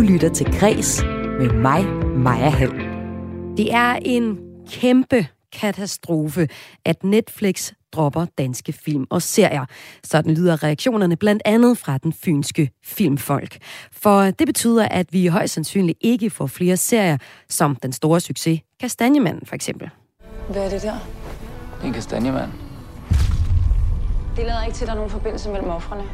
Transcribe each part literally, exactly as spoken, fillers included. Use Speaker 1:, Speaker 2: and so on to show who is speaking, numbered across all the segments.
Speaker 1: lytter til Græs med mig, Maja Hall. Det er en kæmpe katastrofe, at Netflix dropper danske film og serier. Sådan lyder reaktionerne blandt andet fra den fynske filmfolk. For det betyder, at vi højst sandsynligt ikke får flere serier, som den store succes Kastanjemanden for eksempel.
Speaker 2: Hvad er det der?
Speaker 3: Det er en kastanjemand.
Speaker 2: Det lader ikke til, at der er nogen forbindelse mellem ofrene.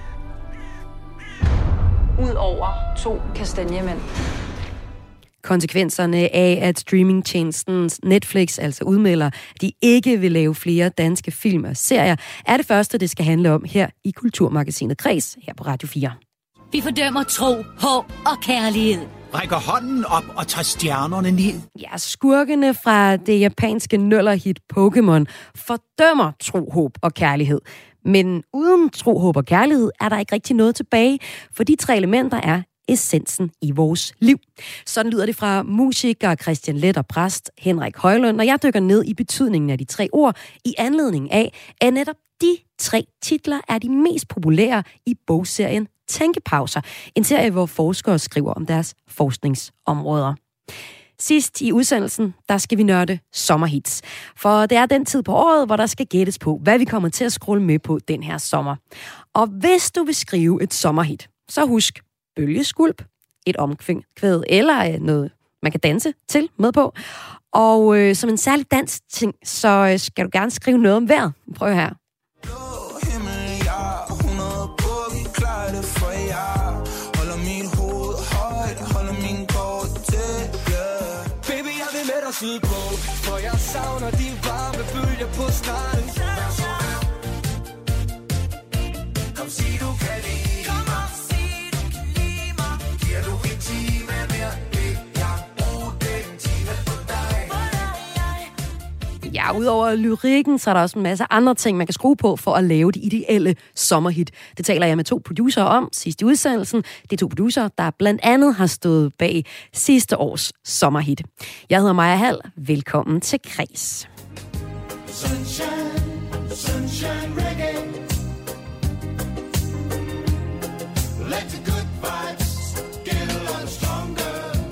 Speaker 2: Udover to kastanjemænd.
Speaker 1: Konsekvenserne af, at streamingtjenesten Netflix altså udmelder, at de ikke vil lave flere danske film og serier, er det første, det skal handle om her i Kulturmagasinet Græs, her på Radio fire.
Speaker 4: Vi fordømmer tro, håb og kærlighed.
Speaker 5: Rækker hånden op og tager stjernerne ned.
Speaker 1: Ja, skurkene fra det japanske nøllerhit Pokémon fordømmer tro, håb og kærlighed. Men uden tro, håb og kærlighed er der ikke rigtig noget tilbage, for de tre elementer er essensen i vores liv. Sådan lyder det fra musiker Christian Leth og præst Henrik Højlund, når jeg dykker ned i betydningen af de tre ord, i anledning af, at netop de tre titler er de mest populære i bogserien Tænkepauser, en serie, hvor forskere skriver om deres forskningsområder. Sidst i udsendelsen, der skal vi nørde sommerhits. For det er den tid på året, hvor der skal gættes på, hvad vi kommer til at scrolle med på den her sommer. Og hvis du vil skrive et sommerhit, så husk bølgeskulp, et omkvæd eller noget, man kan danse til med på. Og øh, som en særlig dansk ting, så øh, skal du gerne skrive noget om vejret. Prøv her.
Speaker 6: Sydpå, for jeg savner de varme bølger på stranden. Kom sig du kan lide mig. Kom og sig du kan lide mig. Giver du en time mere, vil jeg bruge den time på dig.
Speaker 1: Ja, udover lyrikken, så er der også en masse andre ting, man kan skrue på for at lave de ideelle sommerhit. Det taler jeg med to producerer om sidst i udsendelsen. Det er to producerer, der blandt andet har stået bag sidste års sommerhit. Jeg hedder Maja Hall. Velkommen til Græs.
Speaker 6: Sunshine, sunshine reggae. Let the good vibes get a lot stronger.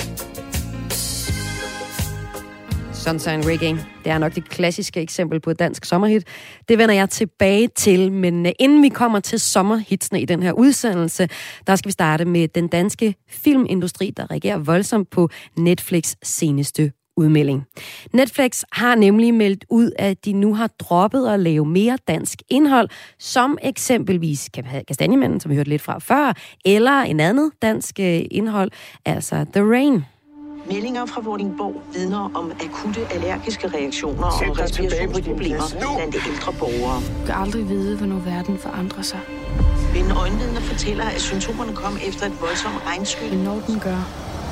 Speaker 1: Sunshine Reggae. Det er nok det klassiske eksempel på et dansk sommerhit. Det vender jeg tilbage til, men inden vi kommer til sommerhitsene i den her udsendelse, der skal vi starte med den danske filmindustri, der reagerer voldsomt på Netflix seneste udmelding. Netflix har nemlig meldt ud, at de nu har droppet at lave mere dansk indhold, som eksempelvis Kastanjemanden, som vi hørte lidt fra før, eller en andet dansk indhold, altså The Rain.
Speaker 7: Meldinger fra Vordingborg vidner om akutte allergiske reaktioner og respirationsproblemer blandt ældre borgere.
Speaker 8: Du kan aldrig vide, hvornår verden forandrer sig.
Speaker 7: Men øjenvidner fortæller, at symptomerne kom efter et voldsomt regnskyld.
Speaker 8: Men når den gør,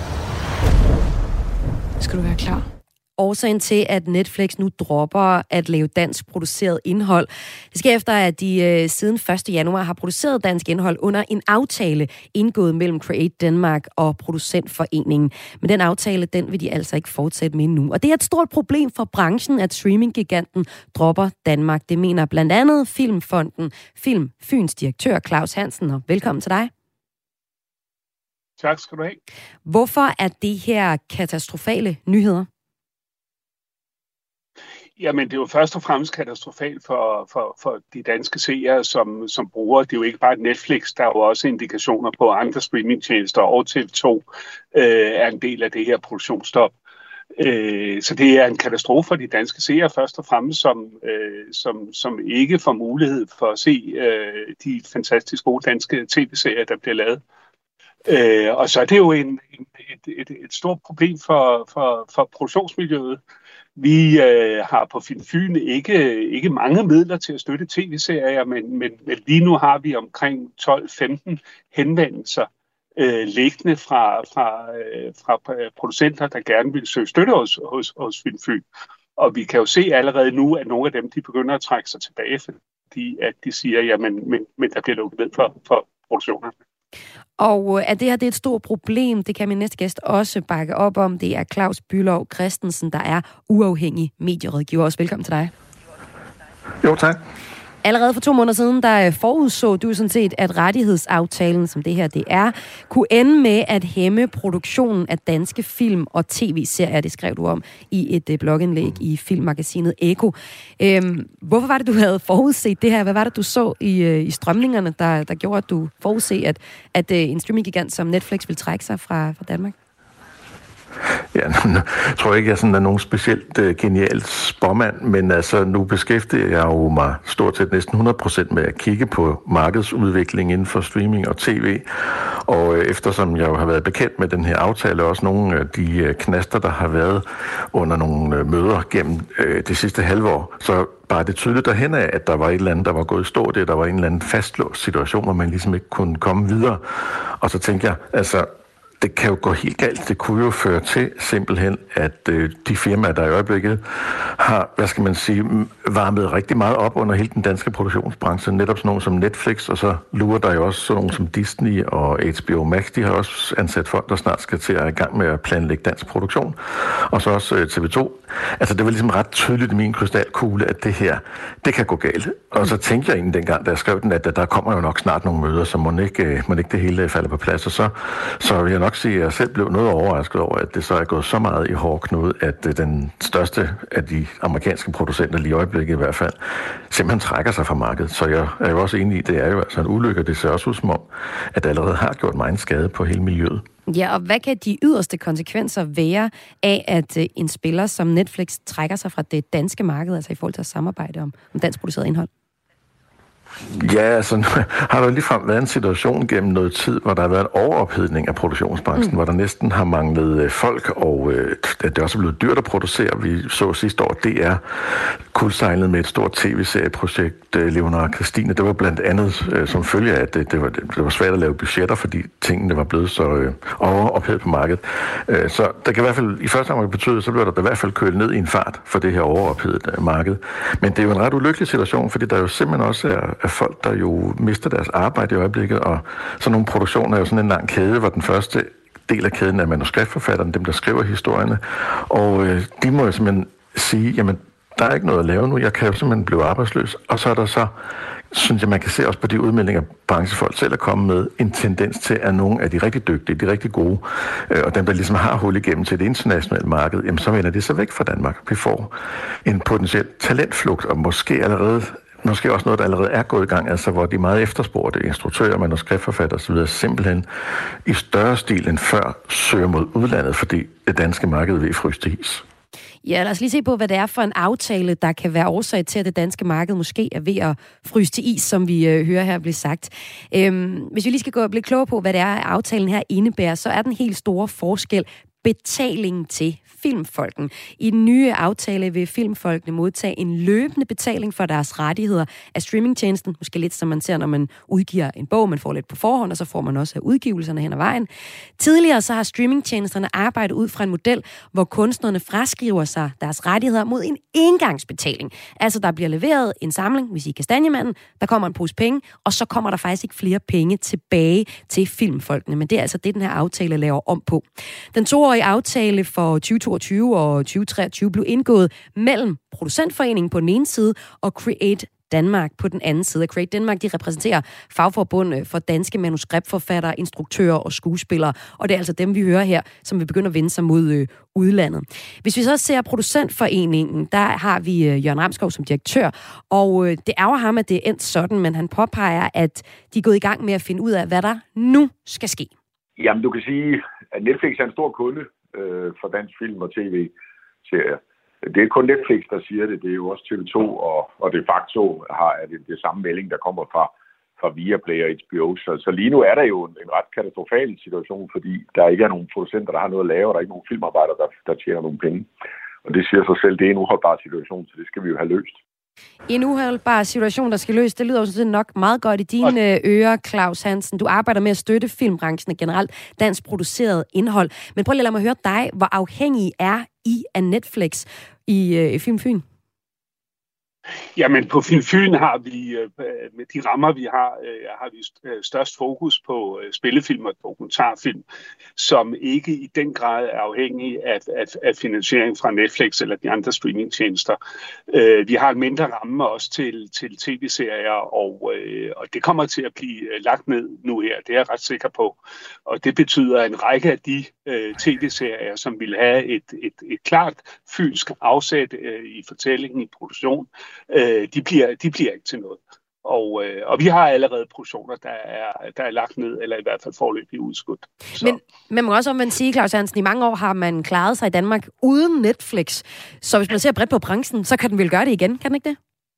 Speaker 8: skal du være klar.
Speaker 1: Årsagen til, at Netflix nu dropper at lave dansk produceret indhold, det sker efter, at de øh, siden første januar har produceret dansk indhold under en aftale indgået mellem Create Denmark og Producentforeningen. Men den aftale, den vil de altså ikke fortsætte med nu. Og det er et stort problem for branchen, at streaminggiganten dropper Danmark. Det mener blandt andet Filmfonden, Film Fyns direktør Claus Hansen. Og velkommen til dig.
Speaker 9: Tak skal du have.
Speaker 1: Hvorfor er det her katastrofale nyheder?
Speaker 9: Jamen, det er jo først og fremmest katastrofalt for, for, for de danske seere, som, som bruger. Det er jo ikke bare Netflix, der er jo også indikationer på andre streamingtjenester, og T V to øh, er en del af det her produktionsstop. Øh, så det er en katastrofe for de danske seere, først og fremmest, som, øh, som, som ikke får mulighed for at se øh, de fantastisk gode danske tv-serier, der bliver lavet. Øh, og så er det jo en, en, et, et, et stort problem for, for, for produktionsmiljøet. Vi øh, har på Film Fyn ikke, ikke mange midler til at støtte tv-serier, men, men, men lige nu har vi omkring tolv femten henvendelser øh, liggende fra, fra, øh, fra producenter, der gerne vil søge støtte hos, hos, hos Film Fyn. Og vi kan jo se allerede nu, at nogle af dem de begynder at trække sig tilbage, fordi at de siger, jamen, men, men der bliver lukket ned for, for produktionerne.
Speaker 1: Og at det her det er et stort problem, det kan min næste gæst også bakke op om. Det er Claus Bylov Christensen, der er uafhængig medierådgiver. Også velkommen til dig.
Speaker 10: Jo, tak.
Speaker 1: Allerede for to måneder siden, der forudså du sådan set, at rettighedsaftalen, som det her det er, kunne ende med at hæmme produktionen af danske film- og tv-serier. Det skrev du om i et blogindlæg i filmmagasinet Eko. Øhm, hvorfor var det, du havde forudset det her? Hvad var det, du så i, i strømningerne, der, der gjorde, at du forudså, at, at en streaminggigant som Netflix ville trække sig fra, fra Danmark?
Speaker 3: Ja, nu tror jeg ikke, jeg sådan er nogen specielt uh, genial spåmand, men altså nu beskæftiger jeg jo mig stort set næsten hundrede procent med at kigge på markedsudvikling inden for streaming og tv, og uh, eftersom jeg jo har været bekendt med den her aftale, også nogle af de uh, knaster, der har været under nogle uh, møder gennem uh, det sidste halve år, så bare det tydeligt derhen af, at der var et eller andet, der var gået i stå, det der var en eller anden fastlåst situation, hvor man ligesom ikke kunne komme videre, og så tænker jeg, altså det kan jo gå helt galt. Det kunne jo føre til simpelthen, at øh, de firmaer, der i øjeblikket har, hvad skal man sige, varmet rigtig meget op under hele den danske produktionsbranche. Netop sådan nogle som Netflix, og så lurer der jo også sådan nogle som Disney og H B O Max. De har også ansat folk, der snart skal til at i gang med at planlægge dansk produktion. Og så også øh, T V to. Altså det var ligesom ret tydeligt i min krystalkugle, at det her, det kan gå galt. Og så tænkte jeg egentlig dengang, da jeg skrev den, at der kommer jo nok snart nogle møder, så må ikke, må ikke det hele falder på plads. Og så, så vil jeg nok sige, at jeg selv blev noget overrasket over, at det så er gået så meget i hårdknude, at den største af de amerikanske producenter, lige i øjeblikket i hvert fald, simpelthen trækker sig fra markedet. Så jeg er jo også enig i, at det er jo altså en ulykke, og det ser også ud som om, at det allerede har gjort meget skade på hele miljøet.
Speaker 1: Ja, og hvad kan de yderste konsekvenser være af, at en spiller som Netflix trækker sig fra det danske marked, altså i forhold til at samarbejde om, om dansk produceret indhold?
Speaker 3: Ja, altså har der ligefrem været en situation gennem noget tid, hvor der har været en overophedning af produktionsbranchen, mm. hvor der næsten har manglet folk, og øh, det er også blevet dyrt at producere. Vi så sidste år, D R kuldsejlede med et stort tv-serieprojekt, øh, Leonora Christine. Det var blandt andet øh, som følge af, at det, det, var, det var svært at lave budgetter, fordi tingene var blevet så øh, overophedet på markedet. Øh, så det kan i hvert fald i første omgang betyde, så bliver der i hvert fald kølet ned i en fart for det her overophedede marked. Men det er jo en ret ulykkelig situation, fordi der jo simpelthen også er af folk, der jo mister deres arbejde i øjeblikket, og sådan nogle produktioner er jo sådan en lang kæde, hvor den første del af kæden er manuskriptforfatterne, dem der skriver historierne, og øh, de må jo simpelthen sige, jamen, der er ikke noget at lave nu, jeg kan jo simpelthen blive arbejdsløs, og så er der så, synes jeg, man kan se også på de udmeldinger, branchefolk selv er kommet med, en tendens til, at nogle af de rigtig dygtige, de rigtig gode, øh, og dem, der ligesom har hul igennem til det internationale marked, jamen så vender det så væk fra Danmark. Vi får en potentiel talentflugt, og måske allerede Måske også noget, der allerede er gået i gang, altså hvor de meget efterspurgte instruktører, manuskriptforfatter osv. simpelthen i større stil end før søger mod udlandet, fordi det danske marked vil fryse til is.
Speaker 1: Ja, lad os lige se på, hvad det er for en aftale, der kan være årsag til, at det danske marked måske er ved at fryse til is, som vi øh, hører her blive sagt. Øhm, hvis vi lige skal gå og blive klogere på, hvad det er, aftalen her indebærer, så er den helt store forskel betalingen til filmfolken. I den nye aftale vil filmfolkene modtage en løbende betaling for deres rettigheder af streamingtjenesten. Måske lidt som man ser, når man udgiver en bog, man får lidt på forhånd, og så får man også af udgivelserne hen ad vejen. Tidligere så har streamingtjenesterne arbejdet ud fra en model, hvor kunstnerne fraskriver sig deres rettigheder mod en engangsbetaling. Altså der bliver leveret en samling, hvis I er Kastanjemanden, der kommer en pose penge, og så kommer der faktisk ikke flere penge tilbage til filmfolkene. Men det er altså det, den her aftale laver om på. Den toårige aftale for tyve toogtyve og tyve treogtyve blev indgået mellem Producentforeningen på den ene side og Create Danmark på den anden side. Create Danmark, de repræsenterer fagforbund for danske manuskriptforfattere, instruktører og skuespillere, og det er altså dem, vi hører her, som vil begynde at vende sig mod øh, udlandet. Hvis vi så ser Producentforeningen, der har vi øh, Jørgen Ramskov som direktør, og øh, det ærger ham, at det er endt sådan, men han påpeger, at de er gået i gang med at finde ud af, hvad der nu skal ske.
Speaker 10: Jamen, du kan sige, at Netflix er en stor kunde øh, for dansk film og tv-serier. Det er kun Netflix, der siger det. Det er jo også T V to, og, og de facto har det, det samme melding, der kommer fra, fra Viaplay og H B O. Så, så lige nu er der jo en, en ret katastrofal situation, fordi der ikke er nogen producenter, der har noget at lave, og der er ikke nogen filmarbejdere, der, der tjener nogle penge. Og det siger sig selv, det er en uholdbar situation, så det skal vi jo have løst.
Speaker 1: En uholdbar situation, der skal løses, det lyder jo sådan nok meget godt i dine ører, Claus Hansen. Du arbejder med at støtte filmbranchen og generelt dansk produceret indhold. Men prøv lige at lade mig høre dig, hvor afhængig er I af Netflix i øh, Film Fyn?
Speaker 9: Jamen, på Film Fyn har vi, med de rammer, vi har, har vi størst fokus på spillefilm og dokumentarfilm, som ikke i den grad er afhængige af, af, af finansiering fra Netflix eller de andre streamingtjenester. Vi har en mindre ramme også til, til tv-serier, og, og det kommer til at blive lagt ned nu her, det er jeg ret sikker på. Og det betyder, at en række af de tv-serier, som vil have et, et, et klart fynsk afsæt i fortællingen, i produktion, De bliver, de bliver ikke til noget. Og, øh, og vi har allerede produktioner, der er, der er lagt ned, eller i hvert fald foreløbig udskudt. Så.
Speaker 1: Men man må også omvendt sige, Claus Hansen, i mange år har man klaret sig i Danmark uden Netflix. Så hvis man ser bredt på branchen, så kan den vel gøre det igen, kan den ikke det?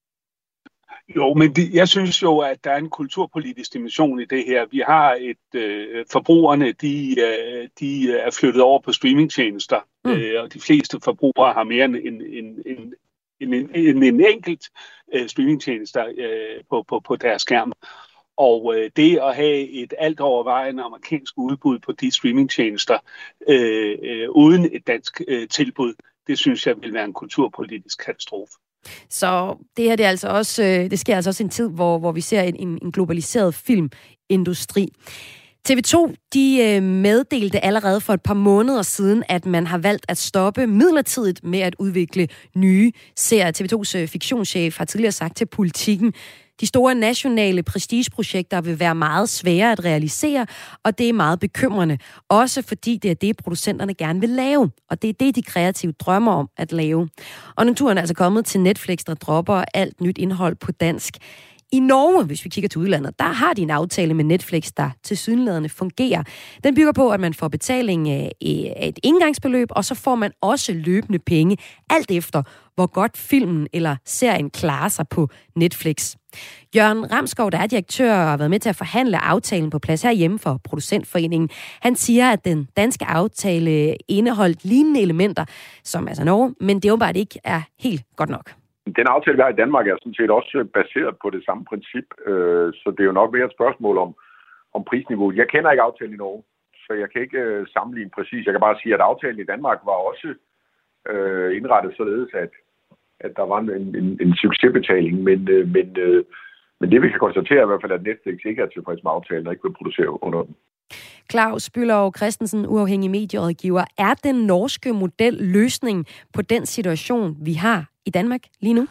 Speaker 9: Jo, men det, jeg synes jo, at der er en kulturpolitisk dimension i det her. Vi har et øh, forbrugerne, de, øh, de er flyttet over på streamingtjenester, mm. øh, og de fleste forbrugere har mere end en, en, en En, en, en enkelt øh, streamingtjenester øh, på, på, på deres skærm. Og øh, det at have et alt overvejende amerikansk udbud på de streamingtjenester øh, øh, uden et dansk øh, tilbud, det synes jeg vil være en kulturpolitisk katastrofe.
Speaker 1: Så det her det er altså også, øh, det sker altså også en tid, hvor, hvor vi ser en, en globaliseret filmindustri. T V to de meddelte allerede for et par måneder siden, at man har valgt at stoppe midlertidigt med at udvikle nye serier. T V tos fiktionschef har tidligere sagt til Politiken, de store nationale prestigeprojekter vil være meget svære at realisere, og det er meget bekymrende. Også fordi det er det, producenterne gerne vil lave, og det er det, de kreativt drømmer om at lave. Og nu turen er altså kommet til Netflix, der dropper alt nyt indhold på dansk. I Norge, hvis vi kigger til udlandet, der har de en aftale med Netflix, der tilsyneladende fungerer. Den bygger på, at man får betaling af et engangsbeløb, og så får man også løbende penge, alt efter hvor godt filmen eller serien klarer sig på Netflix. Jørgen Ramskov, der er direktør og har været med til at forhandle aftalen på plads herhjemme for Producentforeningen, han siger, at den danske aftale indeholdt lignende elementer, som altså Norge, men det åbenbart ikke er helt godt nok.
Speaker 10: Den aftale, vi har i Danmark, er sådan set også baseret på det samme princip, så det er jo nok mere et spørgsmål om, om prisniveau. Jeg kender ikke aftalen i Norge, så jeg kan ikke sammenligne præcis. Jeg kan bare sige, at aftalen i Danmark var også øh, indrettet således, at, at der var en, en, en succesbetaling, men, øh, men, øh, men det vi kan konstatere i hvert fald, at Netflix ikke er tilfreds med aftalen og ikke vil producere under den.
Speaker 1: Claus Bylov Christensen, uafhængig medierådgiver. Er den norske model løsning på den situation, vi har i Danmark lige nu?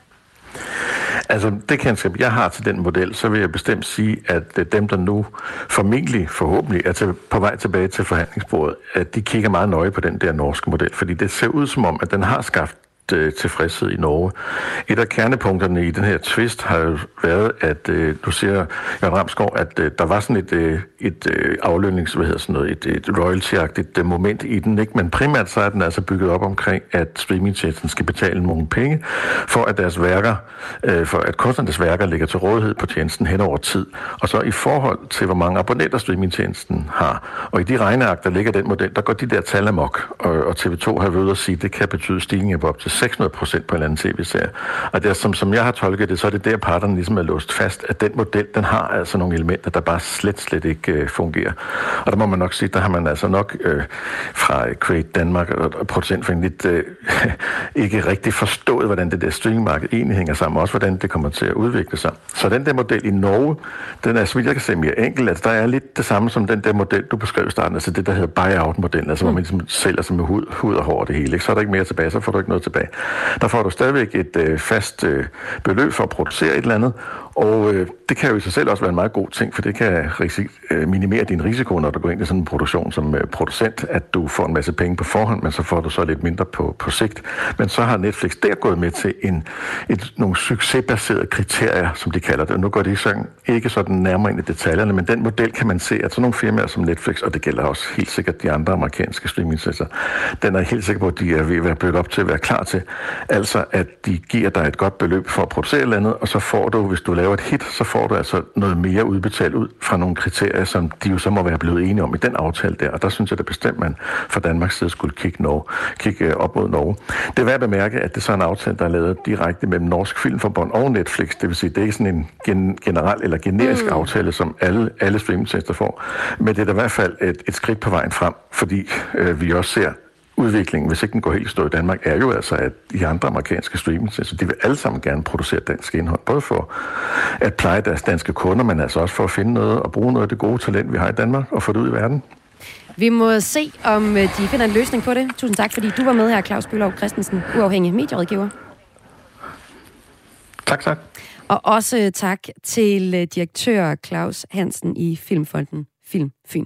Speaker 3: Altså, det kendskab, jeg har til den model, så vil jeg bestemt sige, at dem, der nu formentlig, forhåbentlig, er til, på vej tilbage til forhandlingsbordet, at de kigger meget nøje på den der norske model, fordi det ser ud som om, at den har skabt tilfredshed i Norge. Et af kernepunkterne i den her twist har jo været, at øh, du siger, Jørgen Ramskov, at øh, der var sådan et, øh, et øh, aflønnings, hvad hedder sådan noget, et, et royalty-agtigt øh, moment i den, ikke? Men primært så er den altså bygget op omkring, at streamingtjenesten skal betale nogle penge, for at deres værker, øh, for at kunstnernes værker ligger til rådighed på tjenesten hen over tid. Og så i forhold til, hvor mange abonnenter streamingtjenesten har. Og i de regneark, der ligger den model, der går de der tal amok. Og, og T V to har ved at sige, at det kan betyde stigninger på op til seks hundrede procent på en anden tv-serie. Og det er, som, som jeg har tolket det, så er det der parterne ligesom er låst fast, at den model, den har altså nogle elementer, der bare slet, slet ikke øh, fungerer. Og der må man nok sige, der har man altså nok øh, fra Create Danmark og, og Producentforeningen lidt øh, ikke rigtig forstået, hvordan det der streamingmarked egentlig hænger sammen, også hvordan det kommer til at udvikle sig. Så den der model i Norge, den er, så vidt jeg kan se, mere enkel. Altså, der er lidt det samme som den der model, du beskrev i starten, altså det, der hedder buyout-modellen, altså mm. hvor man ligesom sælger sig med hud, hud og hår det hele. Ikke? Så er der ikke mere tilbage, så får du ikke noget tilbage. Der får du stadigvæk et øh, fast øh, beløb for at producere et eller andet, og øh, det kan jo i sig selv også være en meget god ting, for det kan risi- øh, minimere din risiko, når du går ind i sådan en produktion som øh, producent, at du får en masse penge på forhånd, men så får du så lidt mindre på, på sigt. Men så har Netflix der gået med til en, et, nogle succesbaserede kriterier, som de kalder det. Nu går det sådan, ikke sådan nærmere ind i detaljerne, men den model kan man se, at sådan nogle firmaer som Netflix, og det gælder også helt sikkert de andre amerikanske streamingtjenester, den er helt sikker på, at de er ved at være bygget op til at være klar til. Altså, at de giver dig et godt beløb for at producere et eller andet, og så får du, hvis du laver et hit, så får du altså noget mere udbetalt ud fra nogle kriterier, som de jo så må være blevet enige om i den aftale der. Og der synes jeg, det bestemt, man fra Danmarks side skulle kigge, Norge, kigge op mod Norge. Det er værd at bemærke, at det så er en aftale, der er lavet direkte mellem Norsk Filmforbund og Netflix. Det vil sige, det er ikke sådan en gen- generel eller generisk mm. aftale, som alle, alle streamingtjenester får. Men det er da i hvert fald et, et skridt på vejen frem, fordi øh, vi også ser udviklingen, hvis ikke den går helt stå i Danmark, er jo altså, at de andre amerikanske streamingtjenester, de vil alle sammen gerne producere dansk indhold, både for at pleje deres danske kunder, men altså også for at finde noget og bruge noget af det gode talent, vi har i Danmark, og få det ud i verden.
Speaker 1: Vi må se, om de finder en løsning på det. Tusind tak, fordi du var med her, Claus Bøhlov Christensen, uafhængig medierådgiver.
Speaker 3: Tak, tak.
Speaker 1: Og også tak til direktør Claus Hansen i Filmfonden Film Fyn.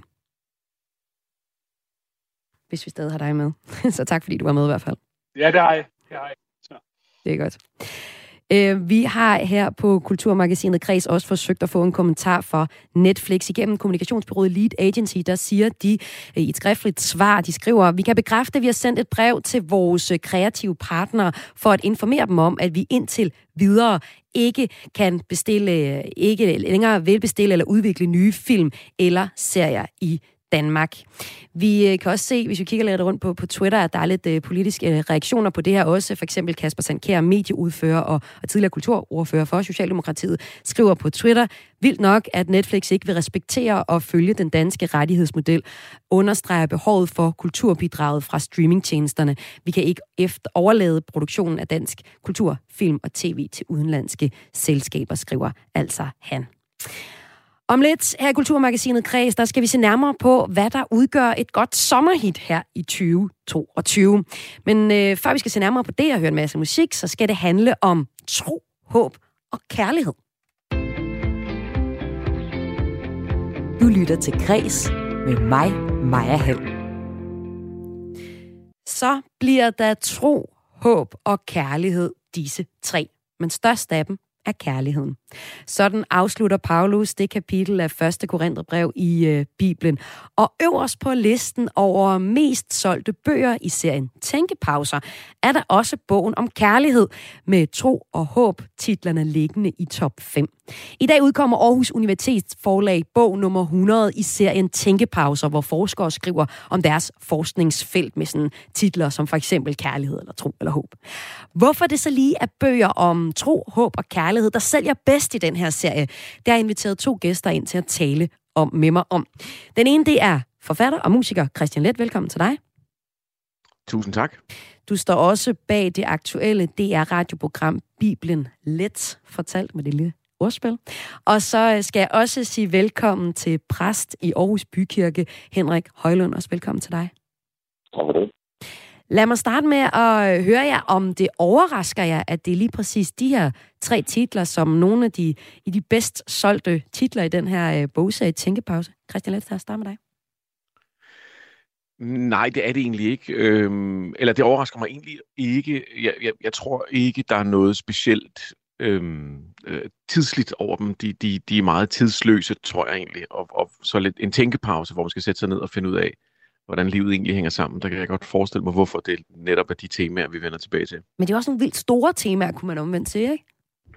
Speaker 1: Hvis vi stadig har dig med. Så tak, fordi du var med i hvert fald.
Speaker 9: Ja, det har jeg. Det har jeg. Så.
Speaker 1: Det er godt. Vi har her på Kulturmagasinet Kreds også forsøgt at få en kommentar for Netflix igennem kommunikationsbureauet Lead Agency. Der siger de i et skriftligt svar, de skriver, vi kan bekræfte, at vi har sendt et brev til vores kreative partnere for at informere dem om, at vi indtil videre ikke kan bestille, ikke længere vil bestille eller udvikle nye film eller serier i Danmark. Vi kan også se, hvis vi kigger lidt rundt på, på Twitter, at der er lidt uh, politiske reaktioner på det her også. For eksempel Kasper Sandkjær, medieudfører og, og tidligere kulturordfører for Socialdemokratiet, skriver på Twitter, vildt nok, at Netflix ikke vil respektere og følge den danske rettighedsmodel, understreger behovet for kulturbidraget fra streamingtjenesterne. Vi kan ikke efter overlade produktionen af dansk kultur, film og tv til udenlandske selskaber, skriver altså han. Om lidt her i Kulturmagasinet Kreds, der skal vi se nærmere på, hvad der udgør et godt sommerhit her i tyve toogtyve. Men øh, før vi skal se nærmere på det og høre en masse musik, så skal det handle om tro, håb og kærlighed.
Speaker 11: Du lytter til Kreds med mig, Maja Hall.
Speaker 1: Så bliver der tro, håb og kærlighed, disse tre. Men størst af dem er kærligheden. Sådan afslutter Paulus det kapitel af første Korintherbrev i øh, Bibelen. Og øverst på listen over mest solgte bøger i serien Tænkepauser, er der også bogen om kærlighed med tro og håb, titlerne liggende i top fem. I dag udkommer Aarhus Universitets forlag bog nummer hundrede i serien Tænkepauser, hvor forskere skriver om deres forskningsfelt med sådan titler som for eksempel kærlighed eller tro eller håb. Hvorfor det så lige er bøger om tro, håb og kærlighed, der sælger bedst i den her serie, der har inviteret to gæster ind til at tale om med mig om. Den ene, det er forfatter og musiker Kristian Leth. Velkommen til dig.
Speaker 12: Tusind tak.
Speaker 1: Du står også bag det aktuelle D R-radioprogram Bibelen Let, fortalt med det lille ordspil. Og så skal jeg også sige velkommen til præst i Aarhus Bykirke, Henrik Højlund. Også velkommen til dig.
Speaker 13: Tak for det.
Speaker 1: Lad mig starte med at høre jer, om det overrasker jer, at det er lige præcis de her tre titler, som nogle af de, i de bedst solgte titler i den her bogserie Tænkepause. Kristian Leth, starte med dig.
Speaker 12: Nej, det er det egentlig ikke. Øhm, eller det overrasker mig egentlig ikke. Jeg, jeg, jeg tror ikke, der er noget specielt øhm, øh, tidsligt over dem. De, de, de er meget tidsløse, tror jeg egentlig. Og, og så lidt en tænkepause, hvor man skal sætte sig ned og finde ud af, hvordan livet egentlig hænger sammen. Der kan jeg godt forestille mig, hvorfor det netop er de temaer, vi vender tilbage til.
Speaker 1: Men det er også nogle vildt store temaer, kunne man omvendt sige, ikke?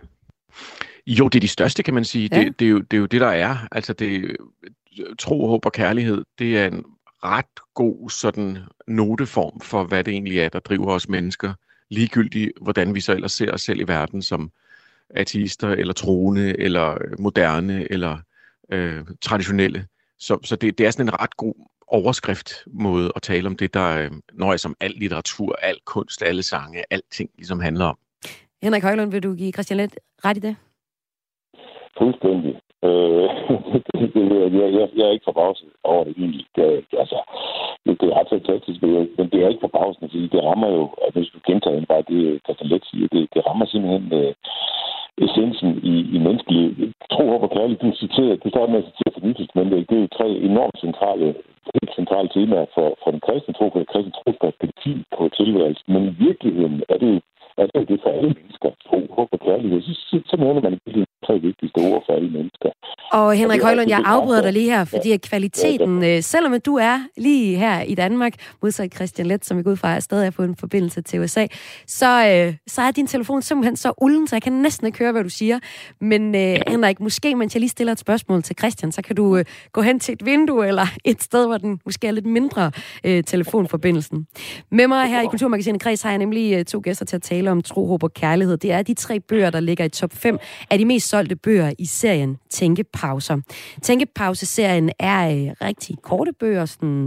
Speaker 12: Jo, det er de største, kan man sige.
Speaker 1: Ja.
Speaker 12: Det, det, er jo, det er jo det, der er. Altså, det, tro, håb og kærlighed, det er en ret god sådan noteform for, hvad det egentlig er, der driver os mennesker. Ligegyldigt, hvordan vi så ellers ser os selv i verden som ateister, eller troende, eller moderne, eller øh, traditionelle. Så, så det, det er sådan en ret god overskrift måde at tale om det, der når jeg som al litteratur, al kunst, alle sange, alting ligesom handler om.
Speaker 1: Henrik Højlund, vil du give Kristian Leth ret i det?
Speaker 13: Fuldstændig. Øh, jeg, jeg, jeg er ikke forbavset over det egentlig. Det, altså, det, det er ret fantastisk, men det er ikke forbavsende, fordi det rammer jo, altså hvis du gentager bare det, Kristian Leth siger, det, det rammer simpelthen øh, essensen i, i menneskelivet. Tro, håb og kærlighed, du citerer, du starter med at citere for Nytestamentet, det er jo tre enormt centrale, helt centrale temaer for, for den kristne tro, for den kristne tro perspektiv på tilværelsen. Men i virkeligheden er det er det, det for alle mennesker. Tro, håb og kærlighed. Så, så, så nævner man de tre vigtigste ord for alle mennesker.
Speaker 1: Og Henrik og Højlund, jeg afbryder dig lige her, fordi ja. kvaliteten, ja, selvom at du er lige her i Danmark, modsat Kristian Leth, som jeg går ud fra, er stadig på en forbindelse til U S A, så, øh, så er din telefon simpelthen så ulden, så jeg kan næsten ikke høre, hvad du siger. Men øh, Henrik, måske, mens jeg lige stiller et spørgsmål til Kristian, så kan du øh, gå hen til et vindue, eller et sted, hvor den måske er lidt mindre øh, telefonforbindelsen. Med mig her i Kulturmagasinet Kreds har jeg nemlig øh, to gæster til at tale om tro, håb og kærlighed. Det er de tre bøger, der ligger i top fem af de mest solgte bøger i serien Tænkepauser. Tænkepause-serien er øh, rigtig korte bøger, sådan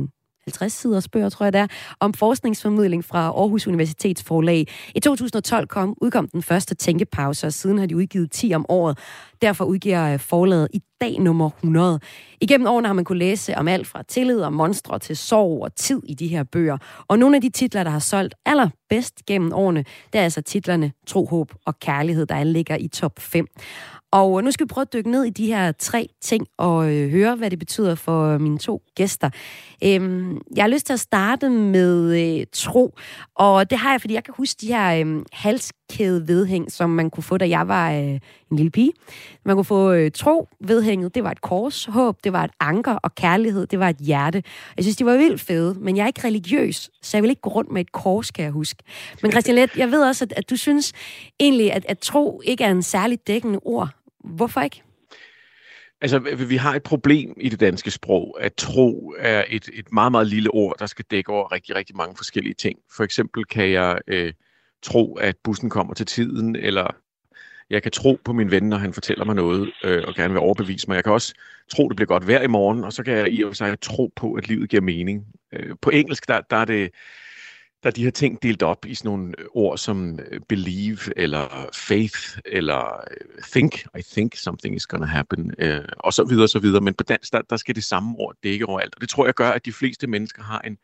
Speaker 1: halvtreds siders bøger, tror jeg det er, om forskningsformidling fra Aarhus Universitets forlag. I to tusind og tolv kom, udkom den første tænkepause, og siden har de udgivet ti om året. Derfor udgiver forlaget i dag nummer hundrede. Igennem årene har man kunne læse om alt fra tillid og monstre til sorg og tid i de her bøger. Og nogle af de titler, der har solgt allerbedst gennem årene, det er altså titlerne Tro, Håb og Kærlighed, der ligger i top fem. Og nu skal vi prøve at dykke ned i de her tre ting og øh, høre, hvad det betyder for mine to gæster. Øhm, jeg har lyst til at starte med øh, tro, og det har jeg, fordi jeg kan huske de her øh, halskædevedhæng, som man kunne få, da jeg var øh, en lille pige. Man kunne få øh, tro-vedhænget, det var et kors, håb, det var et anker, og kærlighed, det var et hjerte. Jeg synes, de var vildt fede, men jeg er ikke religiøs, så jeg vil ikke gå rundt med et kors, kan jeg huske. Men Christian Leth, jeg ved også, at, at du synes egentlig, at, at tro ikke er en særlig dækkende ord. Hvorfor ikke?
Speaker 12: Altså, vi har et problem i det danske sprog, at tro er et, et meget, meget lille ord, der skal dække over rigtig, rigtig mange forskellige ting. For eksempel kan jeg øh, tro, at bussen kommer til tiden, eller jeg kan tro på min ven, når han fortæller mig noget, øh, og gerne vil overbevise mig. Jeg kan også tro, det bliver godt vejr i morgen, og så kan jeg i og for sig tro på, at livet giver mening. Øh, på engelsk, der, der er det... Der er de her ting delt op i sådan nogle ord som believe, eller faith, eller think, I think something is gonna happen, øh, og så videre, så videre. Men på dansk, der, der skal det samme ord dække overalt. Og det tror jeg gør, at de fleste mennesker har en,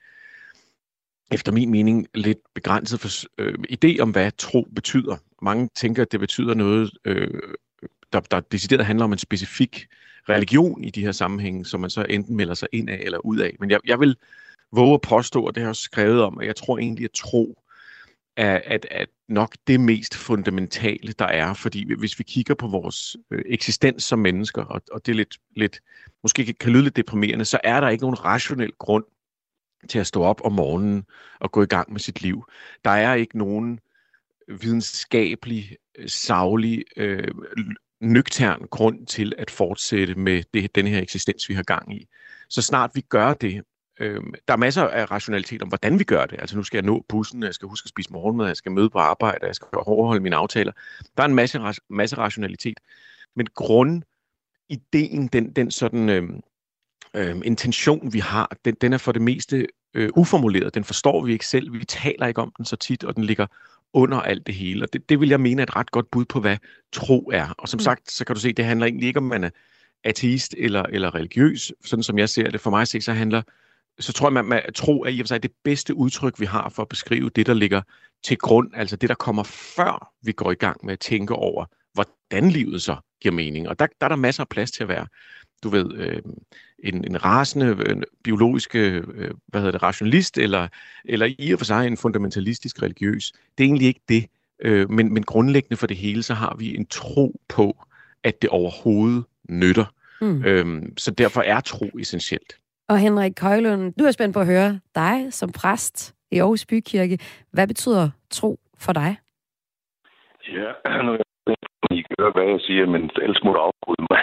Speaker 12: efter min mening, lidt begrænset for, øh, idé om, hvad tro betyder. Mange tænker, at det betyder noget, øh, der, der decideret handler om en specifik religion i de her sammenhænge, som man så enten melder sig ind af eller ud af. Men jeg, jeg vil våge at påstå, og det har jeg også skrevet om, at jeg tror egentlig, at tro er at, at nok det mest fundamentale, der er. Fordi hvis vi kigger på vores øh, eksistens som mennesker, og, og det er lidt, lidt, måske kan lyde lidt deprimerende, så er der ikke nogen rationel grund til at stå op om morgenen og gå i gang med sit liv. Der er ikke nogen videnskabelig, saglig, øh, nøgtern grund til at fortsætte med det, den her eksistens, vi har gang i. Så snart vi gør det, Øhm, der er masser af rationalitet om, hvordan vi gør det. Altså nu skal jeg nå bussen, jeg skal huske at spise morgenmad, jeg skal møde på arbejde, jeg skal overholde mine aftaler. Der er en masse, masse rationalitet. Men grundideen, den, den sådan øhm, øhm, intention, vi har, den, den er for det meste øh, uformuleret. Den forstår vi ikke selv. Vi taler ikke om den så tit, og den ligger under alt det hele. Og det, det vil jeg mene er et ret godt bud på, hvad tro er. Og som sagt, så kan du se, det handler egentlig ikke om, man er ateist eller, eller religiøs, sådan som jeg ser det. For mig at se, så handler så tror jeg, man, at tro er i og for sig det bedste udtryk, vi har for at beskrive det, der ligger til grund, altså det, der kommer før vi går i gang med at tænke over, hvordan livet så giver mening. Og der, der er der masser af plads til at være, du ved, øh, en, en rasende, øh, biologisk, øh, hvad hedder det, rationalist, eller, eller i og for sig en fundamentalistisk religiøs. Det er egentlig ikke det, øh, men, men grundlæggende for det hele, så har vi en tro på, at det overhovedet nytter. Mm. Øh, så derfor er tro essentielt.
Speaker 1: Og Henrik Højlund, du er spændt på at høre dig som præst i Aarhus Bykirke. Hvad betyder tro for dig?
Speaker 13: Ja, nu er jeg I kan høre, hvad jeg siger, men ellers må du afbryde mig.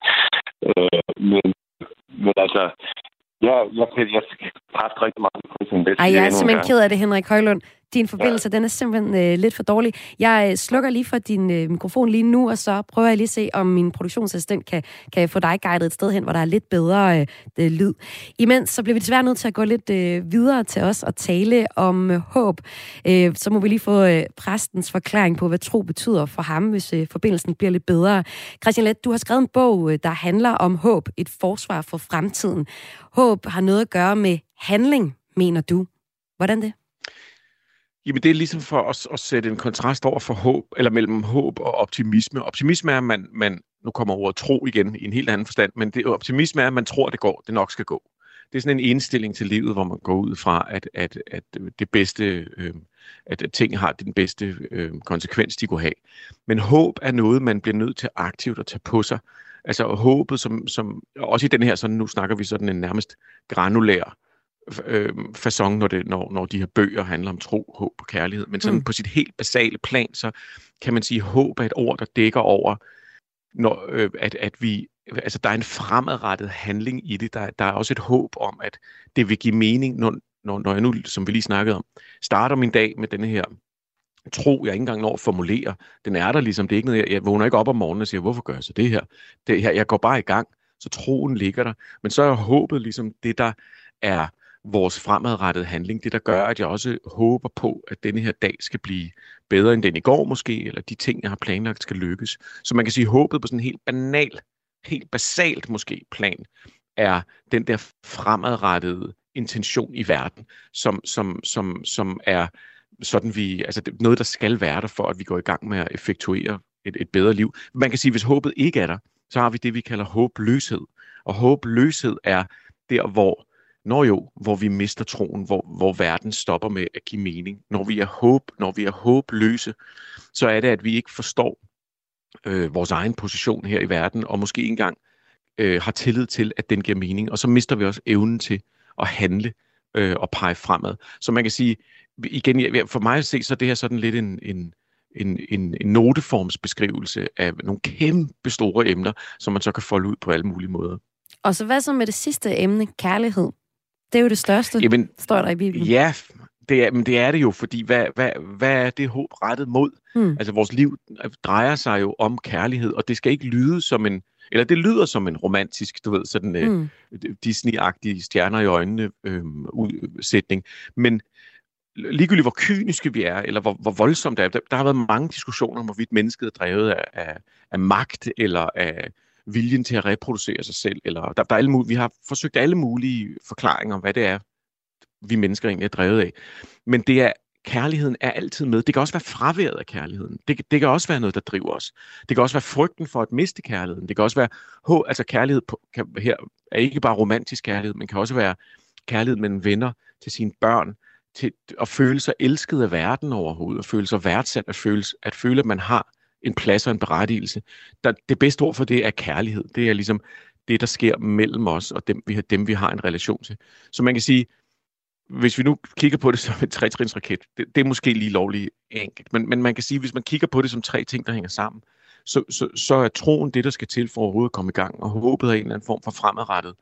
Speaker 13: men, men altså, jeg, jeg, jeg har haft rigtig meget på sådan en.
Speaker 1: Ej, jeg er simpelthen ked af det, Henrik Højlund. Din forbindelse, ja. Den er simpelthen øh, lidt for dårlig. Jeg øh, slukker lige for din øh, mikrofon lige nu, og så prøver jeg lige at se, om min produktionsassistent kan, kan få dig guidet et sted hen, hvor der er lidt bedre øh, øh, lyd. Imens så bliver vi desværre nødt til at gå lidt øh, videre til os og tale om øh, håb. Øh, så må vi lige få øh, præstens forklaring på, hvad tro betyder for ham, hvis øh, forbindelsen bliver lidt bedre. Christian Leth, du har skrevet en bog, øh, der handler om håb, et forsvar for fremtiden. Håb har noget at gøre med handling, mener du. Hvordan det?
Speaker 12: Jamen det er ligesom for os at sætte en kontrast over for håb, eller mellem håb og optimisme. Optimisme er, at man, man nu kommer ordet tro igen i en helt anden forstand, men det, optimisme er, at man tror, at det går, det nok skal gå. Det er sådan en indstilling til livet, hvor man går ud fra, at, at, at det bedste, øh, at ting har den bedste øh, konsekvens, de kunne have. Men håb er noget, man bliver nødt til aktivt at tage på sig. Altså håbet, som, som også i den her, sådan, nu snakker vi sådan en nærmest granulær øh, facon, når, det, når, når de her bøger handler om tro, håb og kærlighed. Men sådan mm. på sit helt basale plan, så kan man sige, at håb er et ord, der dækker over, når, øh, at, at vi, altså der er en fremadrettet handling i det. Der, der er også et håb om, at det vil give mening, når, når, når jeg nu, som vi lige snakkede om, starter min dag med denne her tro, jeg ikke engang når at formulere. Den er der ligesom, det er ikke noget, jeg, jeg vågner ikke op om morgenen og siger, hvorfor gør jeg så det her? Det her? Jeg går bare i gang, så troen ligger der. Men så er håbet ligesom det, der er vores fremadrettede handling. Det, der gør, at jeg også håber på, at denne her dag skal blive bedre end den i går måske, eller de ting, jeg har planlagt, skal lykkes. Så man kan sige, håbet på sådan en helt banal, helt basalt måske plan, er den der fremadrettede intention i verden, som, som, som, som er sådan vi, altså det, noget, der skal være der for, at vi går i gang med at effektuere et, et bedre liv. Man kan sige, hvis håbet ikke er der, så har vi det, vi kalder håbløshed. Og håbløshed er der, hvor, når jo, hvor vi mister troen, hvor, hvor verden stopper med at give mening. Når vi er håb, når vi er håbløse, så er det, at vi ikke forstår øh, vores egen position her i verden, og måske ikke engang øh, har tillid til, at den giver mening. Og så mister vi også evnen til at handle øh, og pege fremad. Så man kan sige, igen, for mig at se, så er det her sådan lidt en, en, en, en, en noteformsbeskrivelse af nogle kæmpe store emner, som man så kan folde ud på alle mulige måder.
Speaker 1: Og så hvad så med det sidste emne, kærlighed? Det er jo det største, Jamen, står der i Bibelen.
Speaker 12: Ja, det er, men det er det jo, fordi hvad, hvad, hvad er det håb rettet mod? Hmm. Altså vores liv drejer sig jo om kærlighed, og det skal ikke lyde som en, eller det lyder som en romantisk, du ved, sådan hmm. uh, Disney-agtig stjerner i øjnene øh, udsætning, men ligegyldigt hvor kyniske vi er, eller hvor, hvor voldsomt det er, der, der har været mange diskussioner om, hvorvidt mennesket er drevet af, af, af magt, eller af viljen til at reproducere sig selv, eller der, der er alle mulige, vi har forsøgt alle mulige forklaringer om, hvad det er, vi mennesker egentlig er drevet af. Men det er, kærligheden er altid med. Det kan også være fraværet af kærligheden. Det, det kan også være noget, der driver os. Det kan også være frygten for at miste kærligheden. Det kan også være, hå, altså kærlighed på, kan, her er ikke bare romantisk kærlighed, men kan også være kærlighed mellem venner, til sine børn, til at føle sig elsket af verden overhovedet, at føle sig værdsat, at føle, at føle, at man har en plads og en berettigelse. Der, det bedste ord for det er kærlighed. Det er ligesom det, der sker mellem os og dem, vi har, dem, vi har en relation til. Så man kan sige, hvis vi nu kigger på det som en tretrinsraket, det, det er måske lige lovligt enkelt, men, men man kan sige, hvis man kigger på det som tre ting, der hænger sammen, så, så, så er troen det, der skal til for overhovedet at komme i gang, og håbet er en eller anden form for fremadrettet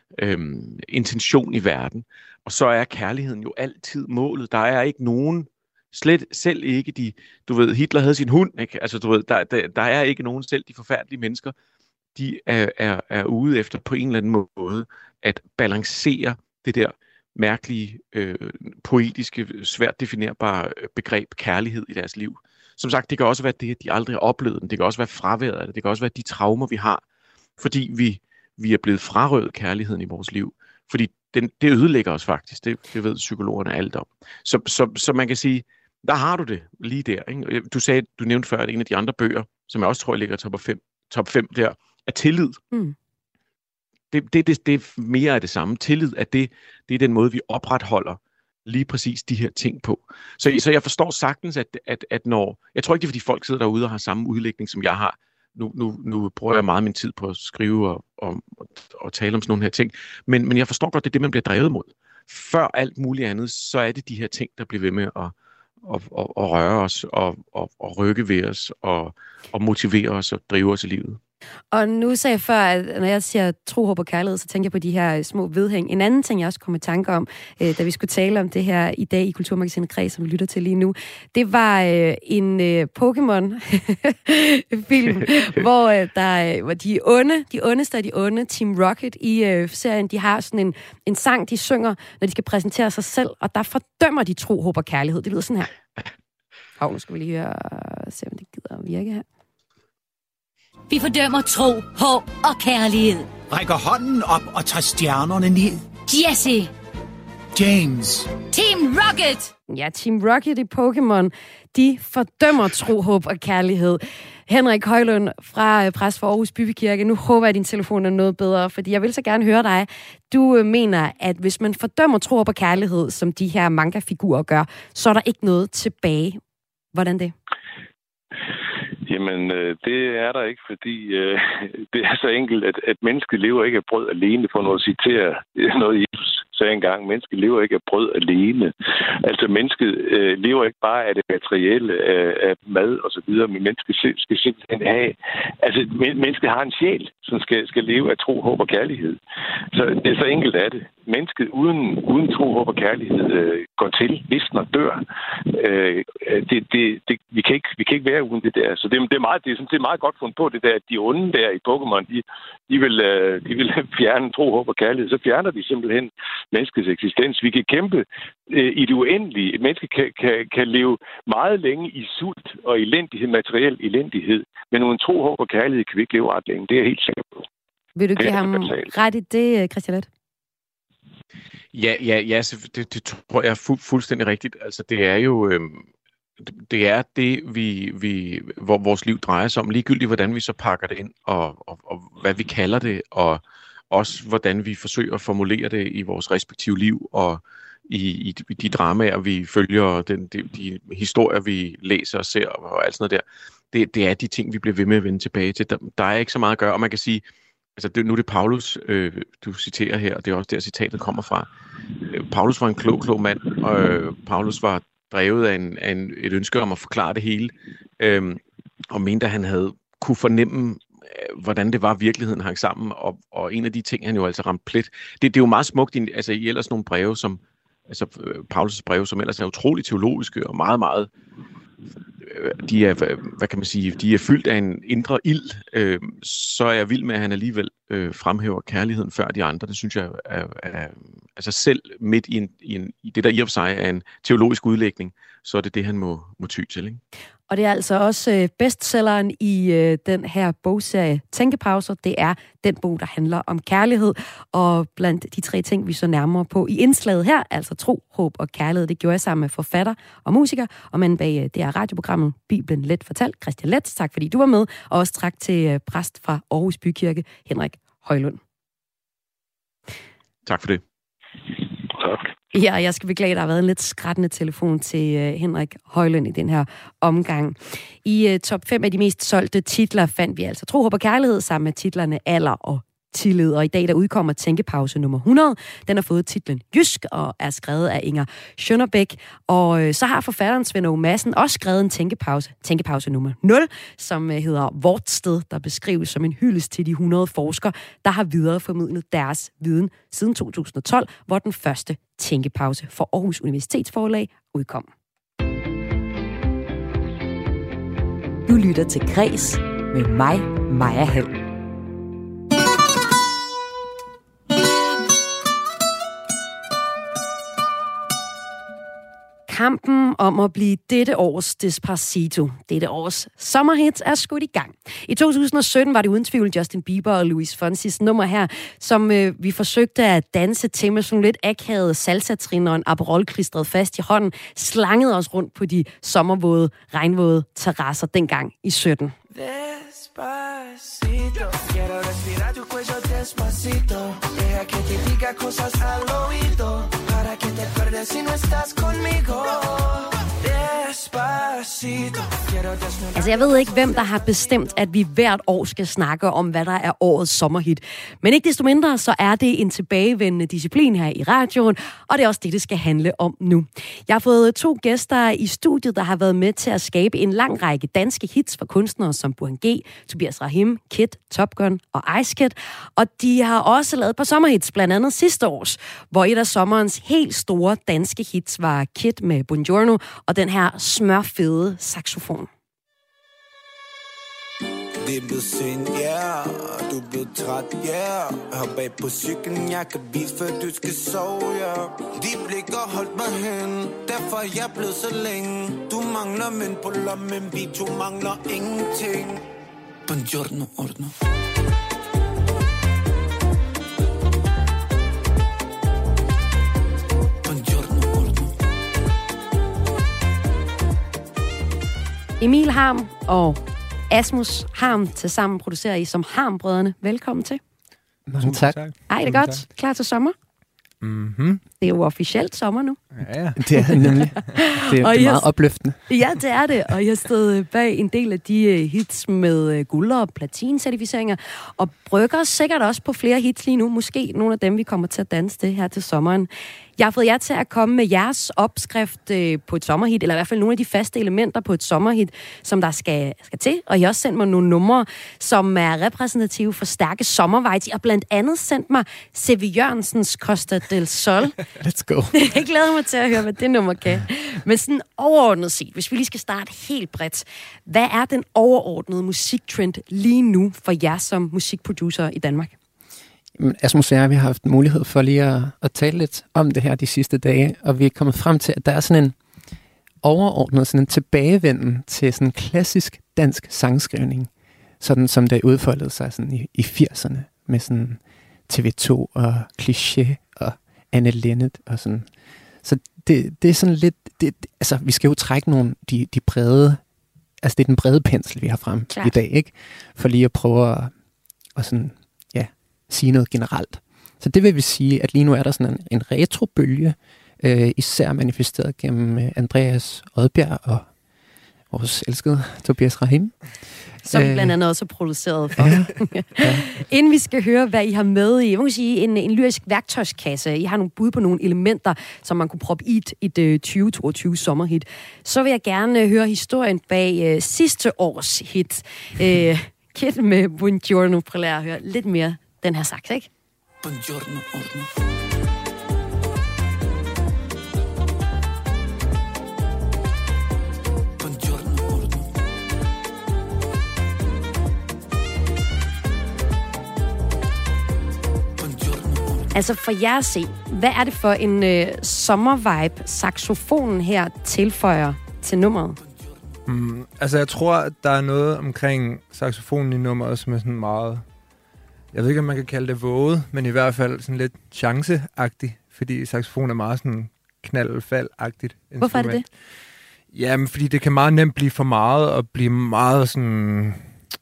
Speaker 12: øhm, intention i verden. Og så er kærligheden jo altid målet. Der er ikke nogen, slet selv ikke de, du ved, Hitler havde sin hund, ikke? Altså du ved, der, der, der er ikke nogen, selv de forfærdelige mennesker, de er, er, er ude efter på en eller anden måde at balancere det der mærkelige, øh, poetiske, svært definerbare begreb kærlighed i deres liv. Som sagt, det kan også være det, at de aldrig har oplevet den. Det kan også være fraværet af det. Det kan også være de traumer, vi har, fordi vi, vi er blevet frarøvet kærligheden i vores liv. Fordi den, det ødelægger os faktisk. Det, det ved psykologerne alt om. Så, så, så man kan sige, der har du det lige der. Ikke? Du sagde, du nævnte før, at en af de andre bøger, som jeg også tror, ligger top fem, top fem der, er tillid. Mm. Det, det, det, det er mere af det samme. Tillid er det, det er den måde, vi opretholder lige præcis de her ting på. Så, så jeg forstår sagtens, at, at, at når... Jeg tror ikke, det er, fordi folk sidder derude og har samme udlægning, som jeg har. Nu, nu, nu bruger jeg meget min tid på at skrive og, og, og, og tale om sådan nogle her ting. Men, men jeg forstår godt, det er det, man bliver drevet mod. Før alt muligt andet, så er det de her ting, der bliver ved med at, at, at, at røre os og at, at rykke ved os og at motivere os og drive os i livet.
Speaker 1: Og nu sagde jeg før, at når jeg siger tro, håb og kærlighed, så tænker jeg på de her små vedhæng. En anden ting, jeg også kom i tanke om, øh, da vi skulle tale om det her i dag i Kulturmagasinet Kreds, som vi lytter til lige nu, det var øh, en øh, Pokémon-film, hvor, øh, der, hvor de onde, de ondeste af de onde, Team Rocket i øh, serien, de har sådan en, en sang, de synger, når de skal præsentere sig selv, og der fordømmer de tro, håb og kærlighed. Det lyder sådan her. Hov, nu skal vi lige høre, se om det gider at virke her.
Speaker 4: Vi fordømmer tro, håb og kærlighed.
Speaker 5: Rækker hånden op og tager stjernerne ned.
Speaker 4: Jesse.
Speaker 5: James.
Speaker 4: Team Rocket.
Speaker 1: Ja, Team Rocket i Pokémon, de fordømmer tro, håb og kærlighed. Henrik Højlund fra Præst for Aarhus Bybekirke, nu håber jeg, at din telefon er noget bedre, fordi jeg vil så gerne høre dig. Du mener, at hvis man fordømmer tro, håb og kærlighed, som de her manga-figurer gør, så er der ikke noget tilbage. Hvordan det?
Speaker 13: Jamen, det er der ikke, fordi øh, det er så enkelt, at, at mennesket lever ikke af brød alene, for noget at citere noget, Jesus sagde engang. Mennesket lever ikke af brød alene. Altså, mennesket øh, lever ikke bare af det materielle, af, af mad og så videre, men mennesket skal simpelthen have... Altså, mennesket har en sjæl, som skal, skal leve af tro, håb og kærlighed. Så det er så enkelt af det. Mennesket uden, uden tro, håb og kærlighed øh, går til, visner, dør. Øh, det, det, det, vi, kan ikke, vi kan ikke være uden det der. Så det, det, er meget, det, er sådan, det er meget godt fundet på, det der, at de onde der i Pokémon, de, de, vil, øh, de vil fjerne tro, håb og kærlighed. Så fjerner de simpelthen menneskets eksistens. Vi kan kæmpe øh, i det uendelige. Et menneske kan, kan, kan leve meget længe i sult og elendighed, materiel elendighed, men uden tro, håb og kærlighed kan vi ikke leve ret længe. Det er helt sikkert på.
Speaker 1: Vil du give ham ret i det, Christian Leth?
Speaker 12: Ja, ja, ja, det, det tror jeg er fu- fuldstændig rigtigt. Altså, det er jo øh, det er det, vi, vi, hvor vores liv drejer sig om. Ligegyldigt, hvordan vi så pakker det ind, og, og, og hvad vi kalder det, og også hvordan vi forsøger at formulere det i vores respektive liv, og i, i, i de dramaer, vi følger, den, de, de historier, vi læser og ser, og alt sådan noget der. Det, det er de ting, vi bliver ved med at vende tilbage til. Der, der er ikke så meget at gøre, og man kan sige, altså det, nu er det Paulus, øh, du citerer her, og det er også der, citatet kommer fra. Øh, Paulus var en klog, klog mand, og øh, Paulus var drevet af, en, af en, et ønske om at forklare det hele, øh, og mente, at han havde kunne fornemme, øh, hvordan det var, virkeligheden hang sammen, og, og en af de ting, han jo altså ramte plet. Det, det er jo meget smukt, i, altså i ellers nogle breve, som, altså Paulus' breve, som ellers er utroligt teologiske, og meget, meget de er, hvad kan man sige, de er fyldt af en indre ild, øh, så er jeg vild med, at han alligevel øh, fremhæver kærligheden før de andre. Det synes jeg er, er altså selv midt i, en, i, en, i det, der i og for sig er en teologisk udlægning, så er det det, han må, må ty til, ikke?
Speaker 1: Og det er altså også bestselleren i øh, den her bogserie Tænkepauser. Det er den bog, der handler om kærlighed. Og blandt de tre ting, vi så nærmere på i indslaget her, altså tro, håb og kærlighed, det gjorde jeg sammen med forfatter og musiker, og manden bag øh, det her radioprogrammet Bibelen Let Fortalt, Christian Leth. Tak fordi du var med, og også tak til øh, præst fra Aarhus Bykirke, Henrik Højlund.
Speaker 12: Tak for det.
Speaker 13: Tak.
Speaker 1: Ja, jeg skal beklage, at der har været en lidt skrættende telefon til uh, Henrik Højlund i den her omgang. I uh, top fem af de mest solgte titler fandt vi altså Tro, håb og kærlighed sammen med titlerne Alder og Tillid. Og i dag, der udkommer Tænkepause nummer hundrede. Den har fået titlen Jysk og er skrevet af Inger Schønnerbæk. Og øh, så har forfatteren Svend Åge Madsen også skrevet en tænkepause, tænkepause nummer nul, som øh, hedder Vort Sted, der beskrives som en hyldest til de hundrede forskere, der har videreformidlet deres viden siden to tusind og tolv, hvor den første tænkepause for Aarhus Universitetsforlag udkom.
Speaker 11: Du lytter til Græs med mig, Maja Hall.
Speaker 1: Kampen om at blive dette års Despacito, dette års sommerhit, er skudt i gang. I to tusind og sytten var det uden tvivl Justin Bieber og Luis Fonsis nummer her, som øh, vi forsøgte at danse til med sådan lidt akavede salsa-trin og en Aperol klistret fast i hånden, slangede os rundt på de sommervåde, regnvåde terrasser dengang i sytten. Despacito, quiero respirar tu cuello despacito. Deja que te diga cosas al oído, para que te acuerdes si no estás conmigo. Despacito. Altså, jeg ved ikke, hvem der har bestemt, at vi hvert år skal snakke om, hvad der er årets sommerhit. Men ikke desto mindre, så er det en tilbagevendende disciplin her i radioen, og det er også det, det skal handle om nu. Jeg har fået to gæster i studiet, der har været med til at skabe en lang række danske hits for kunstnere som Burhan G, Tobias Rahim, Kid, Top Gun og Ice Kid. Og de har også lavet et par sommerhits, blandt andet sidste års, hvor et af sommerens helt store danske hits var Kid med Buongiorno og den her smørfede saxofon.
Speaker 6: Det er blevet sent, yeah, du er blevet træt, yeah. Hop bag på cyklen, jeg kan vise, før du skal sove, yeah. De blikker holdt mig hen, derfor er jeg blevet så længe. Du mangler mænd på lommen, vi to mangler ingenting. Buongiorno, ordno.
Speaker 1: Emil Harm og Asmus Harm tilsammen producerer I som Harm-brødrene. Velkommen til.
Speaker 14: Mange tak.
Speaker 1: Ej, det er godt. Tak. Klar til sommer?
Speaker 14: Mm-hmm.
Speaker 1: Det er jo officielt sommer nu.
Speaker 14: Ja, ja. Det er nemlig. Det er, det er meget opløftende.
Speaker 1: Ja, det er det. Og jeg stod bag en del af de hits med guld- og platin-certificeringer, og brygger sikkert også på flere hits lige nu. Måske nogle af dem, vi kommer til at danse det her til sommeren. Jeg har fået jer til at komme med jeres opskrift øh, på et sommerhit, eller i hvert fald nogle af de faste elementer på et sommerhit, som der skal, skal til. Og I har også sendt mig nogle numre, som er repræsentative for stærke sommervibes. I har blandt andet sendt mig C V Jørgensens Costa del Sol.
Speaker 14: Let's go.
Speaker 1: Jeg glæder mig til at høre, hvad det nummer kan. Men sådan overordnet set, hvis vi lige skal starte helt bredt, hvad er den overordnede musiktrend lige nu for jer som musikproducer i Danmark?
Speaker 14: Asmus og jeg, vi har haft mulighed for lige at, at tale lidt om det her de sidste dage, og vi er kommet frem til, at der er sådan en overordnet, sådan en tilbagevenden til sådan en klassisk dansk sangskrivning, sådan som det udfoldede sig sådan i, i firserne, med sådan T V to og Kliché og Anne Linnet og sådan. Så det, det er sådan lidt, det, altså vi skal jo trække nogle, de, de brede, altså det er den brede pensel, vi har frem Klart. i dag, ikke? For lige at prøve at, at sådan, ja, sige noget generelt. Så det vil vi sige, at lige nu er der sådan en, en retrobølge, øh, især manifesteret gennem øh, Andreas Odbjerg og vores elskede Tobias Rahim.
Speaker 1: Som blandt andet også er produceret for. Ja. ja. Inden vi skal høre, hvad I har med i, må sige, en, en lyrisk værktøjskasse. I har nogle bud på nogle elementer, som man kunne proppe i et, et tyve toogtyve sommerhit. Så vil jeg gerne høre historien bag uh, sidste års hit. Uh, Kid med Buongiorno. Prøv at høre lidt mere den her sagt, ikke? Buongiorno, orno. Altså for jer at se, hvad er det for en øh, sommervibe, saxofonen her tilføjer til nummeret?
Speaker 15: Mm, altså jeg tror, at der er noget omkring saxofonen i nummeret, som er sådan meget, jeg ved ikke, om man kan kalde det våget, men i hvert fald sådan lidt chanceagtigt, fordi saxofonen er meget sådan knald-fald-agtigt.
Speaker 1: Hvorfor er det det?
Speaker 15: Jamen, fordi det kan meget nemt blive for meget, og blive meget sådan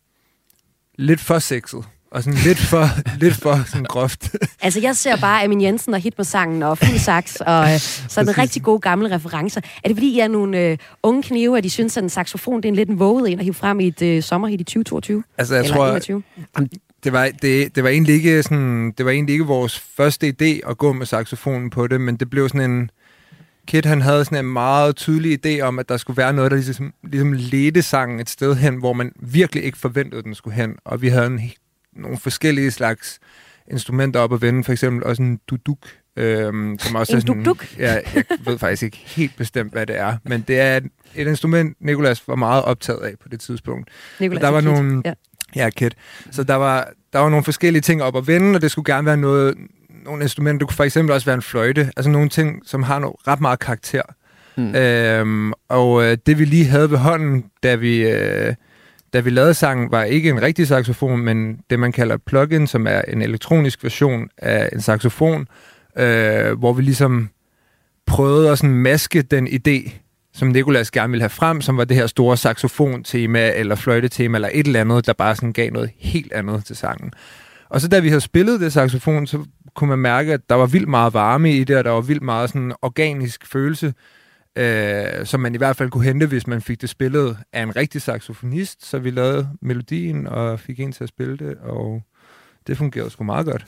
Speaker 15: lidt for sexet. Og sådan lidt for, lidt for sådan groft.
Speaker 1: Altså, jeg ser bare Amin Jensen og hit med sangen og fuld sax og øh, sådan en rigtig gode gamle referencer. Er det fordi, I er nogle øh, unge knive, at de synes, at en saxofon det er en lidt en våget en at hive frem i et øh, sommerhit i tyve toogtyve?
Speaker 15: Altså, jeg
Speaker 1: Eller
Speaker 15: tror,
Speaker 1: enogtyve?
Speaker 15: Det var, det, det var egentlig ikke sådan, det var egentlig ikke vores første idé at gå med saxofonen på det, men det blev sådan en Kid, han havde sådan en meget tydelig idé om, at der skulle være noget, der ligesom, ligesom ledte sangen et sted hen, hvor man virkelig ikke forventede, at den skulle hen. Og vi havde en nogle forskellige slags instrumenter op at vende, for eksempel også en duduk. Øhm, som også
Speaker 1: en
Speaker 15: er sådan,
Speaker 1: duduk?
Speaker 15: Ja, jeg ved faktisk ikke helt bestemt, hvad det er, men det er et, et instrument, Nicolas var meget optaget af på det tidspunkt.
Speaker 1: Nicolas
Speaker 15: der var
Speaker 1: Kid.
Speaker 15: nogle,
Speaker 1: ja.
Speaker 15: ja, Kid. Så der var, der var nogle forskellige ting op at vende, og det skulle gerne være noget, nogle instrumenter. Det kunne for eksempel også være en fløjte, altså nogle ting, som har noget, ret meget karakter. Mm. Øhm, og øh, det vi lige havde ved hånden, da vi... Øh, Da vi lavede sangen, var ikke en rigtig saxofon, men det, man kalder plug-in, som er en elektronisk version af en saxofon, øh, hvor vi ligesom prøvede at sådan maske den idé, som Nicolas gerne ville have frem, som var det her store saxofon-tema, eller fløjte-tema, eller et eller andet, der bare sådan gav noget helt andet til sangen. Og så da vi havde spillet det saxofon, så kunne man mærke, at der var vildt meget varme i det, og der var vildt meget sådan organisk følelse, Øh, som man i hvert fald kunne hente, hvis man fik det spillet af en rigtig saxofonist. Så vi lavede melodien og fik en til at spille det, og det fungerede sgu meget godt.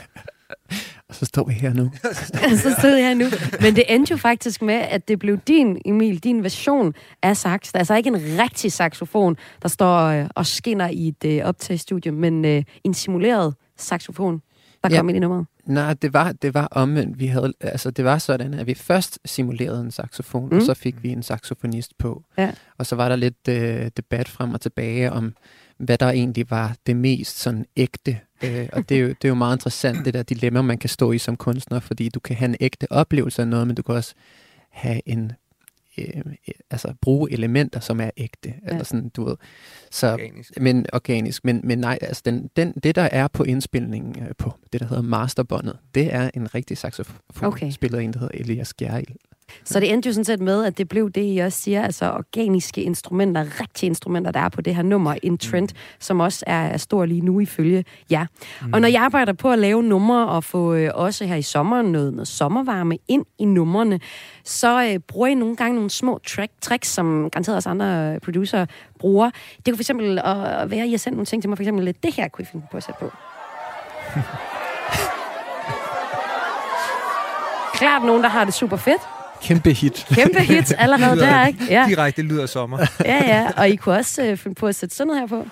Speaker 14: Og så står vi her nu.
Speaker 1: så står vi her nu. Men det endte jo faktisk med, at det blev din, Emil, din version af sax. Der er altså ikke en rigtig saxofon, der står øh, og skinner i et øh, optagestudie, men øh, en simuleret saxofon, der ja. kom ind i nummeret.
Speaker 14: Nej, det var, det var omvendt. Vi havde, altså, det var sådan, at vi først simulerede en saxofon, mm. og så fik vi en saxofonist på.
Speaker 1: Ja.
Speaker 14: Og så var der lidt øh, debat frem og tilbage om, hvad der egentlig var det mest sådan ægte. Øh, og det er, jo, det er jo meget interessant, det der dilemma, man kan stå i som kunstner, fordi du kan have en ægte oplevelse af noget, men du kan også have en Øh, altså bruge elementer, som er ægte, ja. eller sådan, du ved. Så, organisk. Men organisk, men, men nej, altså den, den, det der er på indspilningen øh, på det, der hedder masterbåndet, det er en rigtig saxofon, okay. spillet en, der hedder Elias Gjerrild.
Speaker 1: Så det endte jo sådan set med, at det blev det, I også siger, altså organiske instrumenter, rigtige instrumenter, der er på det her nummer, en trend, mm. som også er, er stor lige nu ifølge jer. Mm. Og når jeg arbejder på at lave numre og få øh, også her i sommeren noget, noget sommervarme ind i numrene, så øh, bruger I nogle gange nogle små track, tricks, som garanteret også andre producer bruger. Det kunne for eksempel at være, at I har sendt nogle ting til mig, for eksempel det her kunne I finde på at sætte på. Klart nogen, der har det super fedt.
Speaker 14: Kæmpe hit.
Speaker 1: Kæmpe hit allerede lyder, der, ikke?
Speaker 15: Ja. Direkte lyder sommer.
Speaker 1: Ja, ja. Og I kunne også øh, finde på at sætte sådan noget her på.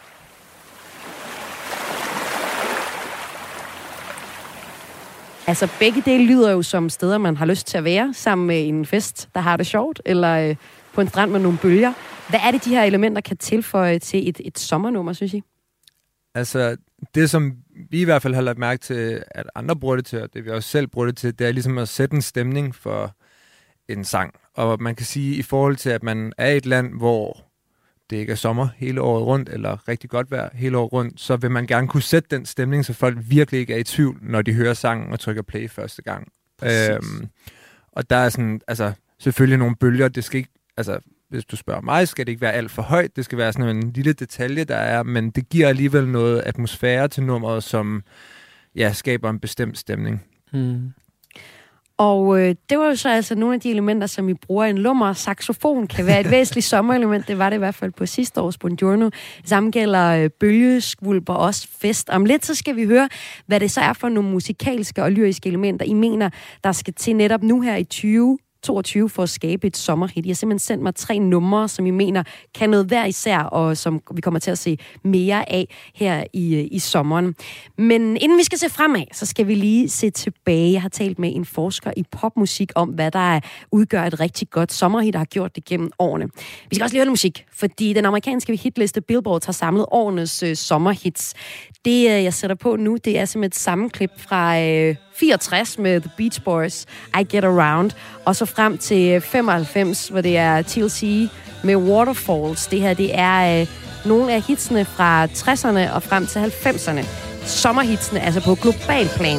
Speaker 1: Altså, begge dele lyder jo som steder, man har lyst til at være, sammen med en fest, der har det sjovt, eller øh, på en strand med nogle bølger. Hvad er det, de her elementer kan tilføje til et, et sommernummer, synes I?
Speaker 15: Altså, det som vi i hvert fald har lagt mærke til, at andre bruger det til, og det vi også selv bruger det til, det er ligesom at sætte en stemning for en sang. Og man kan sige, i forhold til, at man er i et land, hvor det ikke er sommer hele året rundt, eller rigtig godt vejr hele året rundt, så vil man gerne kunne sætte den stemning, så folk virkelig ikke er i tvivl, når de hører sangen og trykker play første gang. Øhm, og der er sådan, altså, selvfølgelig nogle bølger, det skal ikke, altså, hvis du spørger mig, skal det ikke være alt for højt, det skal være sådan en lille detalje, der er, men det giver alligevel noget atmosfære til nummeret, som, ja, skaber en bestemt stemning.
Speaker 1: Hmm. Og øh, det var jo så altså nogle af de elementer, som I bruger. En lummer saxofon kan være et væsentligt sommerelement. Det var det i hvert fald på sidste års Buongiorno. Det samme gælder øh, bølgeskvulper, også fest. Om lidt så skal vi høre, hvad det så er for nogle musikalske og lyriske elementer, I mener, der skal til netop nu her i tyve toogtyve for at skabe et sommerhit. I har simpelthen sendt mig tre numre, som I mener kan noget hver især, og som vi kommer til at se mere af her i, i sommeren. Men inden vi skal se fremad, så skal vi lige se tilbage. Jeg har talt med en forsker i popmusik om, hvad der udgør et rigtig godt sommerhit, der har gjort det gennem årene. Vi skal også lige høre musik, fordi den amerikanske hitliste Billboard har samlet årenes øh, sommerhits. Det, jeg sætter på nu, det er simpelthen et sammenklip fra øh, fireogtres med The Beach Boys, I Get Around, og så frem til femoghalvfems, hvor det er T L C med Waterfalls. Det her, det er øh, nogle af hitsene fra tresserne og frem til halvfemserne. Sommerhitsene, altså på global plan.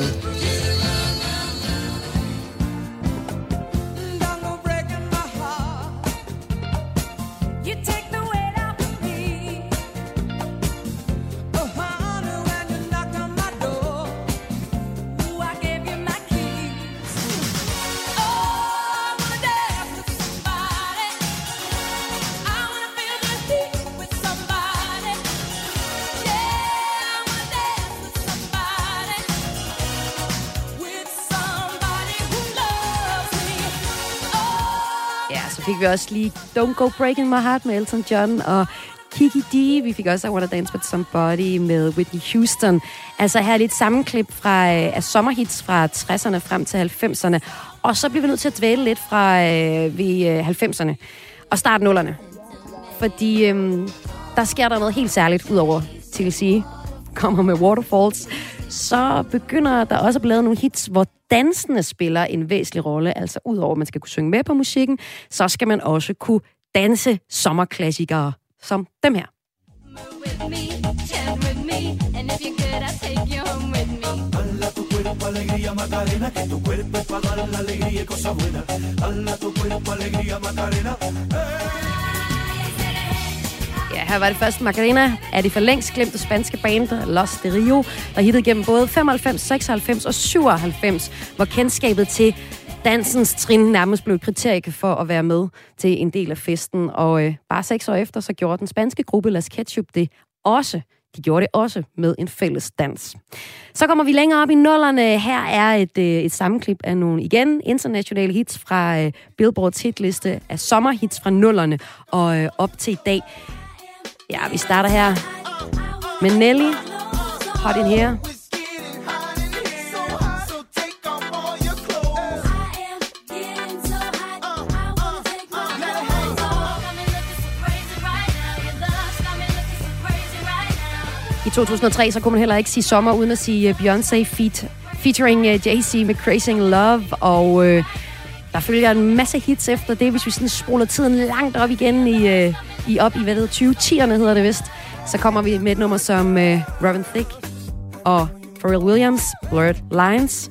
Speaker 1: Fik vi også lige Don't Go Breaking My Heart med Elton John og Kiki D. Vi fik også I Wanna Dance With Somebody med Whitney Houston. Altså her er lidt sammenklip fra af sommerhits fra tresserne frem til halvfemserne. Og så bliver vi nødt til at dvæle lidt fra øh, ved øh, halvfemserne og starte nullerne. Fordi øh, der sker der noget helt særligt, udover T L C kommer med Waterfalls. Så begynder der også at blive nogle hits, hvor dansene spiller en væsentlig rolle. Altså udover at man skal kunne synge med på musikken, så skal man også kunne danse sommerklassikere som dem her. Ja, her var det første Macarena af det for længst glemte spanske band Los de Rio, der hittede gennem både femoghalvfems, seksoghalvfems og syvoghalvfems, hvor kendskabet til dansens trin nærmest blev et kriterie for at være med til en del af festen. Og øh, bare seks år efter, så gjorde den spanske gruppe Las Ketchup det også. De gjorde det også med en fælles dans. Så kommer vi længere op i nullerne. Her er et, øh, et sammenklip af nogle, igen, internationale hits fra øh, Billboards hitliste af sommerhits fra nullerne og øh, op til i dag. Ja, vi starter her med Nelly, Hot in Here. I to tusind og tre, så kunne man heller ikke sige sommer, uden at sige Beyoncé feat, featuring Jay-Z med Crazy in Love, og øh, der følger en masse hits efter det, hvis vi sådan spoler tiden langt op igen i, øh, i op i, hvad det hedder, tyve tierne hedder det vist, så kommer vi med et nummer som øh, Robin Thicke og Pharrell Williams, Blurred Lines.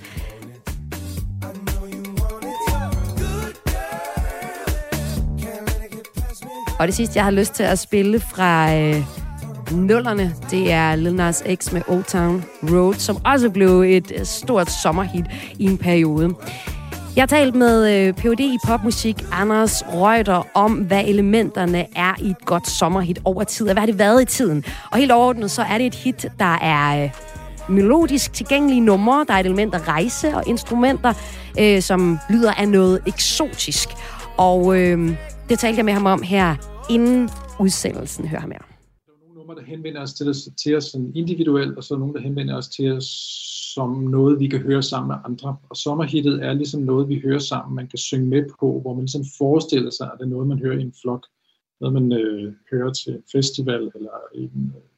Speaker 1: Og det sidste, jeg har lyst til at spille fra øh, nullerne, det er Lil Nas X med Old Town Road, som også blev et stort sommerhit i en periode. Jeg har talt med P H D i popmusik, Anders Reuter, om hvad elementerne er i et godt sommerhit over tid, og hvad har det været i tiden. Og helt overordnet, så er det et hit, der er melodisk tilgængelige numre, der er et element af rejse og instrumenter, øh, som lyder af noget eksotisk. Og øh, det talte jeg med ham om her inden udsendelsen. Hør ham her.
Speaker 16: Nummer, der henvender os til os, til os individuelt, og så nogle, der henvender os til os som noget, vi kan høre sammen med andre. Og sommerhittet er ligesom noget, vi hører sammen, man kan synge med på, hvor man ligesom forestiller sig, at det er noget, man hører i en flok. Noget, man øh, hører til festival, eller i en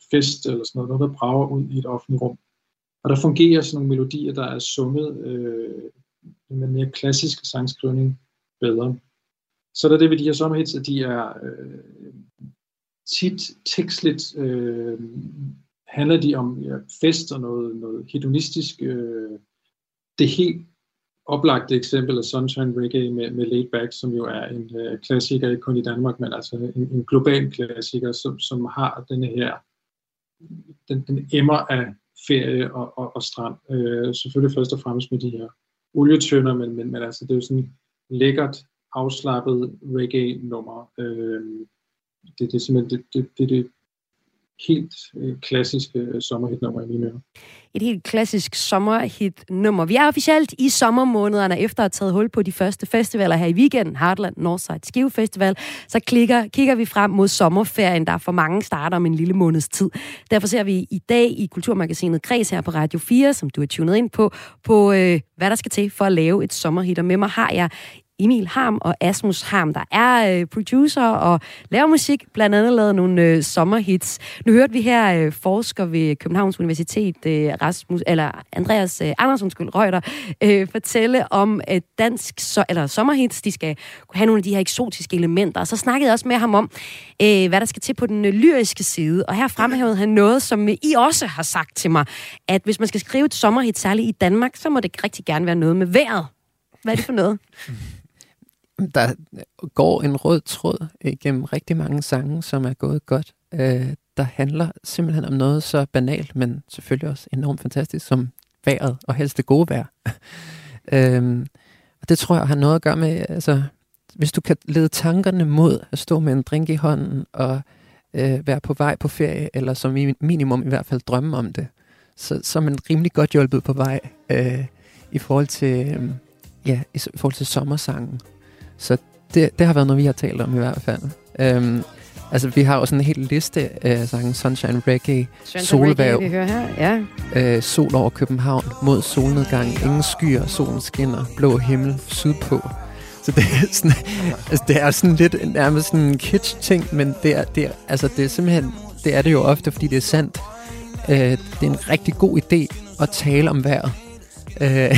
Speaker 16: fest eller sådan noget, noget der brager ud i et offentligt rum. Og der fungerer sådan nogle melodier, der er sunget øh, med mere klassisk sangskrivning bedre. Så er der det ved de her sommerhits, at de er øh, tit tekstligt, øh, handler de om ja, fest og noget, noget hedonistisk. Øh, det helt oplagte eksempel er Sunshine Reggae med, med Laid Back, som jo er en øh, klassiker, ikke kun i Danmark, men altså en, en global klassiker, som, som har denne her, den, den emmer af ferie og, og, og strand. Øh, selvfølgelig først og fremmest med de her olietønder, men, men, men altså det er jo sådan lækkert, afslappet reggae-nummer. Øh, det, det er simpelthen det, det, det, det helt øh, klassiske øh, sommerhit-nummer i mine ører.
Speaker 1: Et helt klassisk sommerhit-nummer. Vi er officielt i sommermånederne efter at have taget hul på de første festivaler her i weekenden, Heartland Northside Skive Festival, så klikker, kigger vi frem mod sommerferien, der for mange starter om en lille måneds tid. Derfor ser vi i dag i Kulturmagasinet Kreds her på Radio fire, som du er tunet ind på, på øh, hvad der skal til for at lave et sommerhit. Og med mig har jeg Emil Harm og Asmus Harm, der er øh, producer og laver musik, blandt andet lavet nogle øh, sommerhits. Nu hørte vi her øh, forsker ved Københavns Universitet, øh, Rasmus, eller Andreas øh, Andersen Reuter, øh, fortælle om øh, dansk so- eller sommerhits. De skal kunne have nogle af de her eksotiske elementer. Og så snakkede jeg også med ham om, øh, hvad der skal til på den øh, lyriske side. Og her fremhævede han noget, som øh, I også har sagt til mig, at hvis man skal skrive et sommerhit, særligt i Danmark, så må det rigtig gerne være noget med vejret. Hvad er det for noget?
Speaker 14: Der går en rød tråd igennem rigtig mange sange, som er gået godt. Øh, der handler simpelthen om noget så banalt, men selvfølgelig også enormt fantastisk, som vejret, og helst det gode vejr. øh, og det tror jeg har noget at gøre med, altså, hvis du kan lede tankerne mod at stå med en drink i hånden, og øh, være på vej på ferie, eller som minimum i hvert fald drømme om det, så, så er man rimelig godt hjulpet på vej øh, i forhold til, øh, ja, i forhold til sommersangen. Så det, det har været noget, vi har talt om i hvert fald. Øhm, altså, vi har jo sådan en hel liste af sange. Sunshine Reggae, Solvæv,
Speaker 1: vi hører her. Ja.
Speaker 14: Øh, Sol over København, Mod solnedgang, Ingen skyer, Solen skinner, Blå himmel, Sydpå. Så det er sådan, altså, det er sådan lidt nærmest sådan en kitsch-ting, men det er, det er, altså, det er simpelthen, det er det jo ofte, fordi det er sandt. Øh, det er en rigtig god idé at tale om vejret. Øh,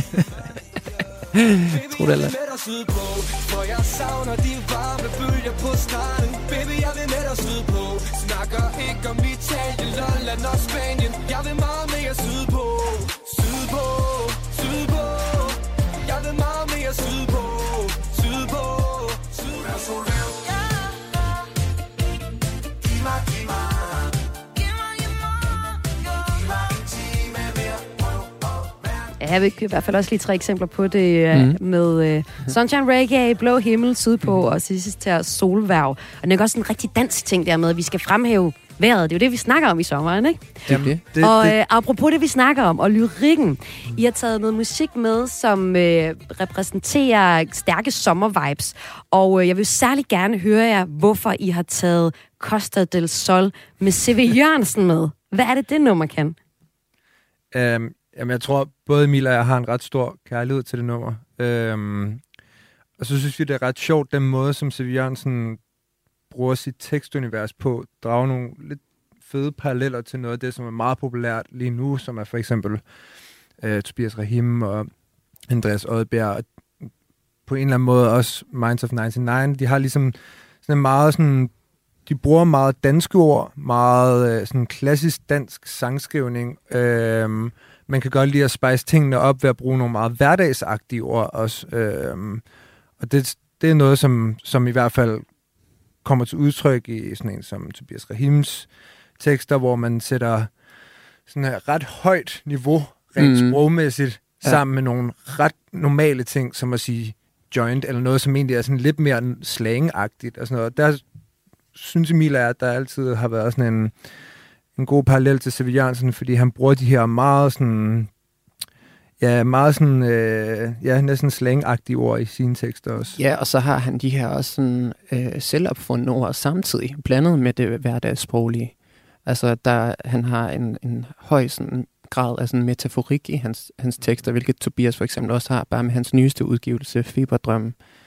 Speaker 14: Tror det eller?
Speaker 17: For jeg savner de varme bølger på stranden. Baby, jeg vil med dig sydpå. Snakker ikke om Italien, Lolland og Spanien. Jeg vil meget mere sydpå. Sydpå, sydpå. Jeg vil meget mere sydpå. Sydpå, sydpå. Giv mig, giv mig.
Speaker 1: Jeg vil i hvert fald også lige tre eksempler på det mm. med uh, Sunshine Reggae, Blå himmel, Sydpå, mm. og sidst til Solværv. Og det er også en rigtig dansk ting der med, at vi skal fremhæve vejret. Det er jo det, vi snakker om i sommeren, ikke?
Speaker 14: Jamen,
Speaker 1: det, og uh, apropos det, vi snakker om, og lyrikken. I har taget noget musik med, som uh, repræsenterer stærke sommervibes. Og uh, jeg vil særlig gerne høre jer, hvorfor I har taget Costa del Sol med C V Jørgensen med. Hvad er det, det nummer kan?
Speaker 15: Um Jamen, jeg tror, både Emil og jeg har en ret stor kærlighed til det nummer. Øhm, og så synes vi, det er ret sjovt, den måde, som C V Jørgensen bruger sit tekstunivers på, drager nogle lidt fede paralleller til noget af det, som er meget populært lige nu, som er for eksempel øh, Tobias Rahim og Andreas Odbjerg, og på en eller anden måde også Minds of nioghalvfems. De har ligesom sådan en meget sådan, de bruger meget danske ord, meget øh, sådan klassisk dansk sangskrivning. Øh, man kan godt lide at spice tingene op ved at bruge nogle meget hverdagsagtige ord også. Øh, og det, det er noget, som, som i hvert fald kommer til udtryk i sådan en som Tobias Rahims tekster, hvor man sætter sådan et ret højt niveau, rent mm. sprogmæssigt, ja. Sammen med nogle ret normale ting, som at sige joint, eller noget, som egentlig er sådan lidt mere slang-agtigt og sådan noget. Der synes Emil, at der altid har været sådan en, en god parallel til C V Jørgensen, fordi han bruger de her meget sådan, ja, meget sådan, øh, ja, næsten slang-agtige ord i sine tekster også.
Speaker 14: Ja, og så har han de her også sådan øh, selvopfundne ord samtidig, blandet med det hverdagssproglige. Altså, der, han har en, en høj sådan, grad af sådan metaforik i hans, hans tekster, hvilket Tobias for eksempel også har, bare med hans nyeste udgivelse, Feberdrøm.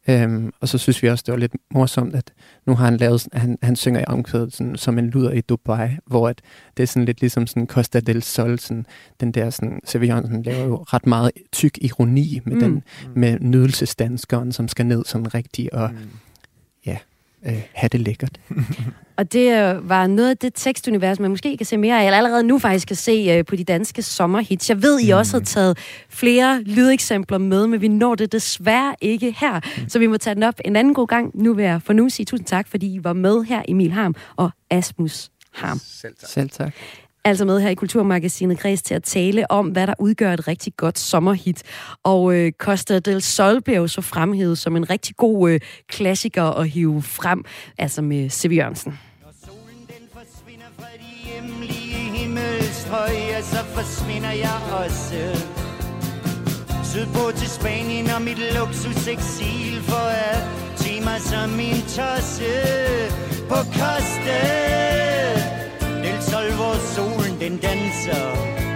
Speaker 14: Øhm, og så synes vi også, det var lidt morsomt, at nu har han lavet, han, han synger i omkvædet sådan, som en luder i Dubai, hvor at det er sådan lidt ligesom sådan Costa del Sol, sådan, den der sådan, C V Jørgensen laver jo ret meget tyk ironi med, mm. den, med nydelsesdanskeren, som skal ned sådan rigtig og mm. ja, øh, have det lækkert.
Speaker 1: Og det var noget af det tekstunivers, man måske kan se mere af, eller allerede nu faktisk kan se på de danske sommerhits. Jeg ved, I også har taget flere lydeksempler med, men vi når det desværre ikke her, så vi må tage den op en anden god gang. Nu vil jeg for nu sige tusind tak, fordi I var med her, Emil Harm og Asmus Harm.
Speaker 15: Selv tak.
Speaker 14: Selv tak.
Speaker 1: Altså med her i Kulturmagasinet Kreds til at tale om, hvad der udgør et rigtig godt sommerhit. Og øh, Costa del Sol blev jo så fremhævet som en rigtig god øh, klassiker at hive frem, altså med C V Jørgensen.
Speaker 18: Når solen den forsvinder fra de hjemlige himmelstrøg, så forsvinder jeg også. Sydpå til Spanien og mit luksuseksil for at tage mig som min tosse på Costa del Sol, hvor solen den danser.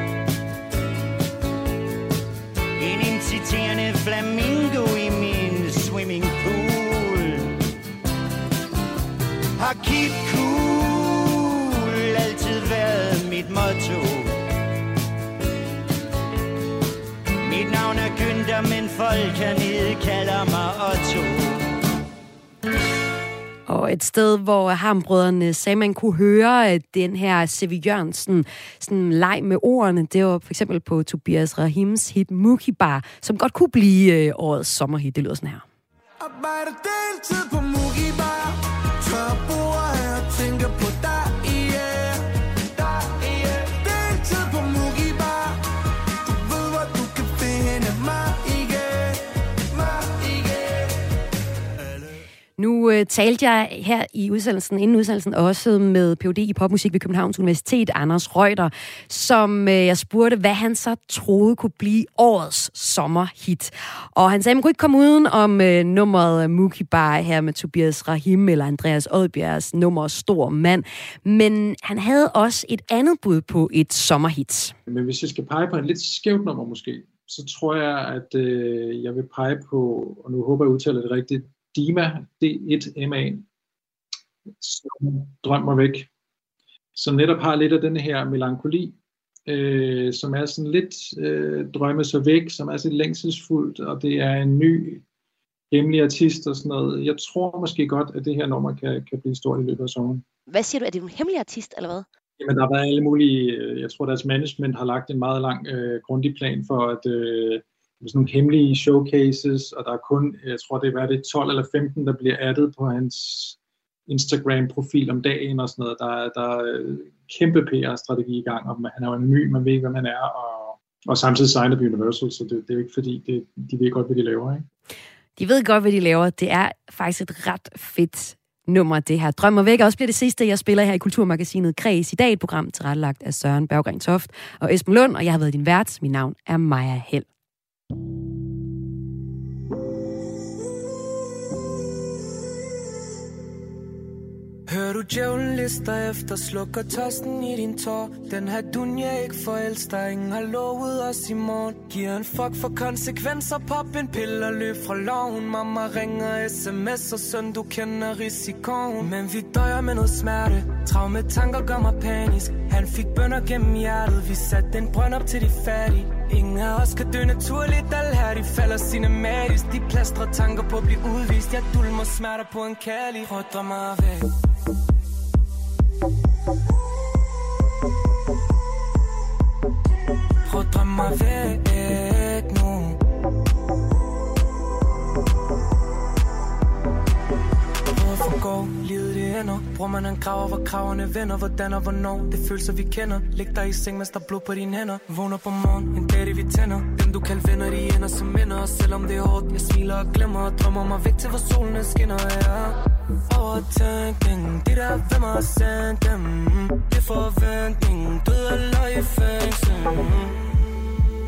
Speaker 18: En inciterende flamingo i min swimmingpool. Har keep cool altid været mit motto. Mit navn er Günther, men folk hernede kalder mig Otto.
Speaker 1: Og et sted, hvor Harm-brødrene sagde, man kunne høre den her C V Jørgensen sådan leg med ordene. Det var for eksempel på Tobias Rahims hit Mookie Bar, som godt kunne blive årets sommerhit. Det lyder sådan her.
Speaker 6: Arbejder deltid på Mookie Bar. Tør bord her og tænker på dig, yeah. Dig, yeah. Deltid på Mookie Bar. Du ved, hvor du kan finde mig, yeah. Mig, yeah.
Speaker 1: Nu øh, talte jeg her i udsendelsen, inden udsendelsen også med Ph.D. i popmusik ved Københavns Universitet, Anders Reuter, som øh, jeg spurgte, hvad han så troede kunne blive årets sommerhit. Og han sagde, at man kunne ikke komme uden om øh, nummeret Mookie Bar her med Tobias Rahim eller Andreas Odbjergs nummer Stor Mand. Men han havde også et andet bud på et sommerhit.
Speaker 16: Men hvis jeg skal pege på en lidt skævt nummer måske, så tror jeg, at øh, jeg vil pege på, og nu håber jeg udtaler det rigtigt, Dima, D et M A, som drømmer væk, som netop har lidt af denne her melankoli, øh, som er sådan lidt øh, drømme sig væk, som er sådan længselsfuldt, og det er en ny hemmelig artist og sådan noget. Jeg tror måske godt, at det her nummer kan, kan blive stort i løbet af sommeren.
Speaker 19: Hvad siger du? Er det en hemmelig artist, eller hvad?
Speaker 16: Jamen, der har været alle mulige, jeg tror, deres management har lagt en meget lang, øh, grundig plan for, at øh, sådan nogle hemmelige showcases, og der er kun, jeg tror det er, det tolv eller femten, der bliver addet på hans Instagram-profil om dagen og sådan noget. Der, der er kæmpe P R-strategi i gang, og han er jo anonym, man ved ikke, hvad man er, og, og samtidig signet på Universal, så det, det er jo ikke fordi, det, de ved godt, hvad de laver, ikke?
Speaker 1: De ved godt, hvad de laver. Det er faktisk et ret fedt nummer, det her. Drømmer væk også bliver det sidste, jeg spiller her i Kulturmagasinet Kreds. I dag et program tilrettelagt af Søren Berggren Toft og Esben Lund, og jeg har været din vært. Mit navn er Maja Held.
Speaker 17: Hører du djævlen lister efter, slukker tørsten i din tår. Den her dunja ikke forelsker, ingen har lovet os i morgen. Giver en fuck for konsekvenser, pop en pille og løb fra loven. Mamma ringer, sms og søn, du kender risikoen. Men vi døjer med noget smerte, traume tanker gør mig panisk. Han fik bønner gennem hjertet, vi satte den brønd op til de fattige. Ingen af os kan dø naturligt, alle her de falder cinematisk. De plastrer tanker på at blive udvist, jeg dulmer smerter på en kærlig. Prøv at drømme mig væk. Prøv at drømme mig væk nu. Hvorfor går livet det ender? Bruger man en graver, hvor kraverne vender? Hvordan og hvornår? Det følelser vi kender. Læg dig i seng, mens der er blod på dine hænder. Vågner på morgen, en dag det vi tænder. Dem du kan venner, de ender som minder. Og selvom det er hårdt, jeg smiler og glemmer. Og drømmer mig væk til, hvor solen skinner. Ja. Overtænking, de der hvem har sendt dem. Det er forventning, død eller i fængsel.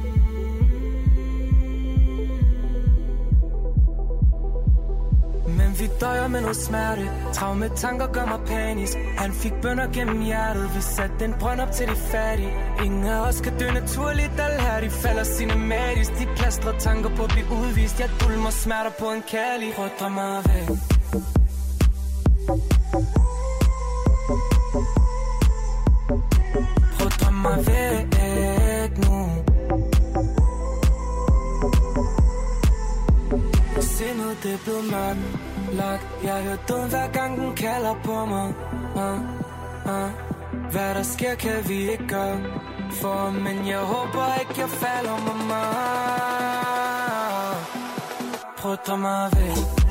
Speaker 17: Men vi døjer med noget smerte. Traume tanker gør mig panisk. Han fik bønner gennem hjertet. Vi satte den brønd op til de fattige. Ingen af os kan dø naturligt. Alle her de falder cinematisk. De plastrer tanker på at blive udvist. Jeg dulmer smerter på en kærlig. Prøv at drømme mig væk. Prøv at drømme mig væk nu. Sindet det er blevet mørklagt. Jeg hører døden hver gang den kalder på mig. uh, uh. Hvad der sker kan vi ikke gøre for. Men jeg håber ikke jeg falder med mig. Prøv at drømme mig væk.